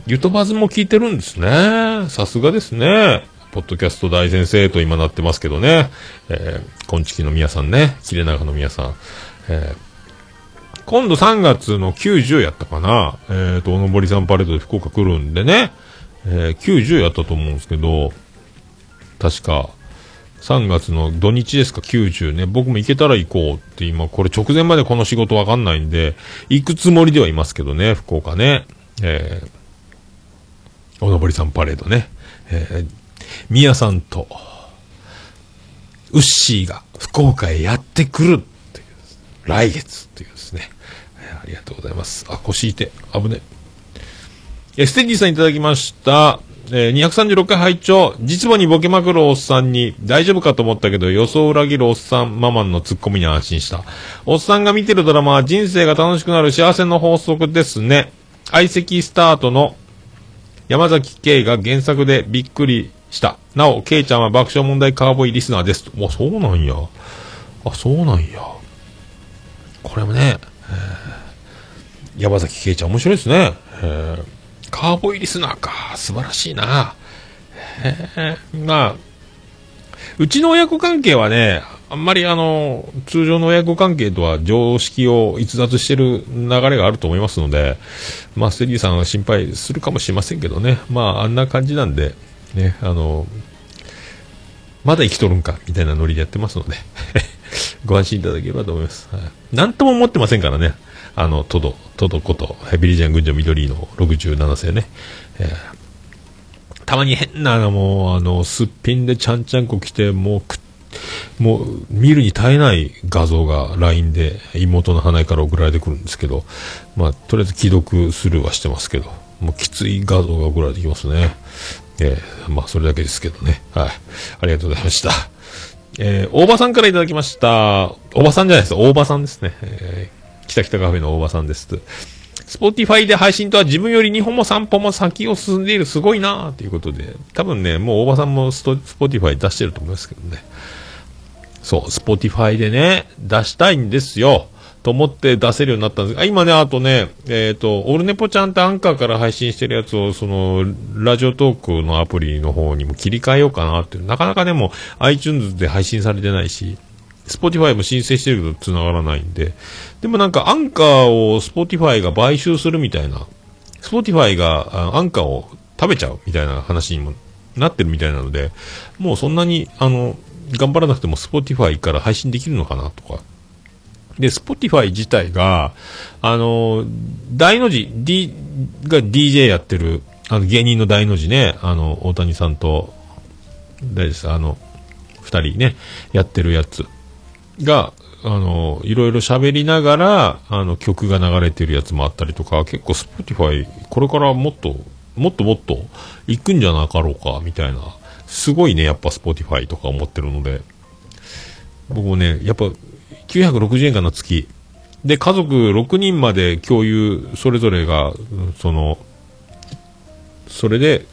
ゆとばずも聞いてるんですね。さすがですね。ポッドキャスト大先生と今なってますけどね。えー、こんちきのみやさんね。きれながのみやさん。えー、今度さんがつのきゅうじゅうやったかな。えーと、おのぼりさんパレードで福岡来るんでね。えー、きゅうじゅうやったと思うんですけど、確か、さんがつの土日ですか、きゅうじゅうね。僕も行けたら行こうって今、これ直前までこの仕事わかんないんで、行くつもりではいますけどね、福岡ね。えー、おのぼりさんパレードね。えー、みやさんと、ウッシーが福岡へやってくるっていう、来月っていうですね。えー、ありがとうございます。あ、腰痛い。危ね。え、ステッジさんいただきました。えー、にひゃくさんじゅうろっかい拝聴。実母にボケまくるおっさんに大丈夫かと思ったけど予想を裏切るおっさんママンのツッコミに安心した。おっさんが見てるドラマは人生が楽しくなる幸せの法則ですね。相席スタートの山崎圭が原作でびっくりした。なお、圭ちゃんは爆笑問題カーボーイリスナーです。わ、そうなんや。あ、そうなんや。これもね、えー、山崎圭ちゃん面白いですね。えーカーボーイリスナーか。素晴らしいな。へえ。まあ、うちの親子関係はね、あんまりあの、通常の親子関係とは常識を逸脱してる流れがあると思いますので、まあ、ステディさんは心配するかもしれませんけどね。まあ、あんな感じなんで、ね、あの、まだ生きとるんか、みたいなノリでやってますので、ご安心いただければと思います。はい、なんとも思ってませんからね。あの、トド、トドこと、ビリジャン群青緑のろくじゅうななせいね。えー、たまに変な、もう、あの、すっぴんでちゃんちゃんこ来て、もうく、もう、見るに耐えない画像が ライン で妹の鼻から送られてくるんですけど、まあ、とりあえず既読スルーはしてますけど、もうきつい画像が送られてきますね。えー、まあ、それだけですけどね。はい。ありがとうございました。えー、大場さんからいただきました。大場さんじゃないです。大場さんですね。えー北北カフェの大場さんです。スポティファイで配信とは自分よりにほんもさんぽも先を進んでいるすごいなということで、多分ね、もう大場さんもストスポティファイ出してると思いますけどね。そう、スポティファイでね、出したいんですよ。と思って出せるようになったんですが、今ね、あとね、えっと、オルネポちゃんってアンカーから配信してるやつを、その、ラジオトークのアプリの方にも切り替えようかなっていう。なかなかでも iTunes で配信されてないし、Spotify も申請してるけど繋がらないんで。でもなんかアンカーを Spotify が買収するみたいな。Spotify がアンカーを食べちゃうみたいな話にもなってるみたいなので、もうそんなに、あの、頑張らなくても Spotify から配信できるのかなとか。で、Spotify 自体が、あの、大の字、D が ディージェー やってる、あの芸人の大の字ね、あの、大谷さんと、誰ですあの、二人ね、やってるやつ。が、あの、いろいろ喋りながら、あの、曲が流れてるやつもあったりとか、結構 Spotify、これからもっと、もっともっと行くんじゃなかろうか、みたいな。すごいね、やっぱ Spotify とか思ってるので。僕もね、やっぱ、きゅうひゃくろくじゅうえんかな、月。で、家族ろくにんまで共有、それぞれが、その、それで、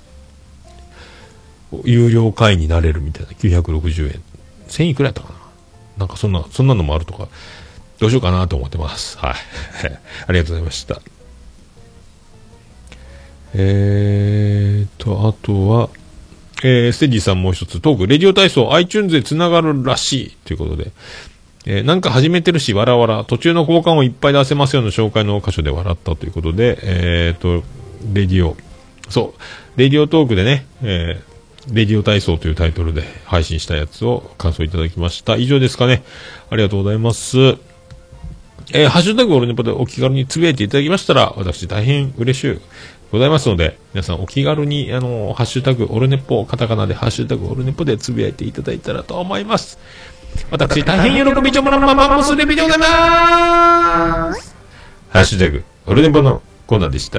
有料会員になれるみたいな。きゅうひゃくろくじゅうえん。せんいくらやったかな。なんかそんな、そんなのもあるとか、どうしようかなと思ってます。はい。ありがとうございました。えーと、あとは、えー、ステディさんもう一つ、トーク、レディオ体操、iTunes で繋がるらしい、ということで、えー、なんか始めてるし、わらわら、途中の交換をいっぱい出せますよの紹介の箇所で笑ったということで、えーと、レディオ、そう、レディオトークでね、えー、レディオ体操というタイトルで配信したやつを感想いただきました。以上ですかね。ありがとうございます。えー、ハッシュタグオルネポでお気軽につぶやいていただきましたら、私大変嬉しいございますので、皆さんお気軽に、あの、ハッシュタグオルネポ、カタカナでハッシュタグオルネポでつぶやいていただいたらと思います。私大変喜びちょもらままもすレビでございます。ハッシュタグオルネポのコーナーでした。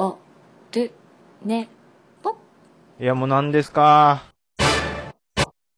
でねぽいやもう何ですか。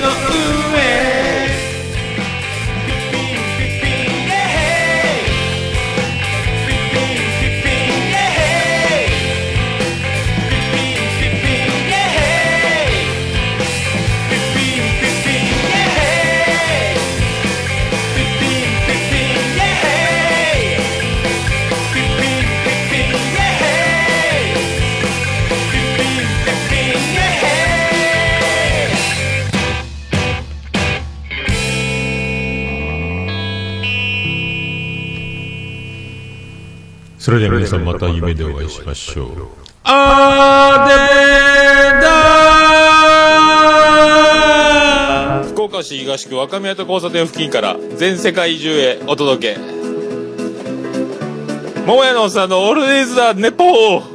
の上それでは皆さんまた夢でお会いしましょう。あーでーだー。 福岡市東区若宮と交差点付近から全世界中へお届け。桃屋のおっさんのオールディーズだネポー。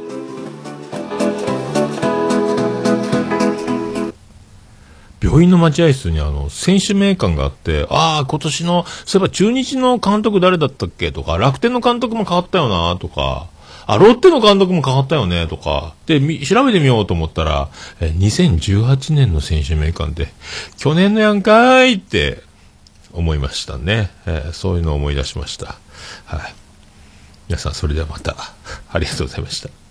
病院の待合室にあの選手名鑑があって、ああ今年のそういえば中日の監督誰だったっけとか、楽天の監督も変わったよなとか、あロッテの監督も変わったよねとかでみ調べてみようと思ったら、えにせんじゅうはちねんの選手名鑑で去年のやんかーいって思いましたね、えー、そういうのを思い出しました。はい、皆さんそれではまたありがとうございました。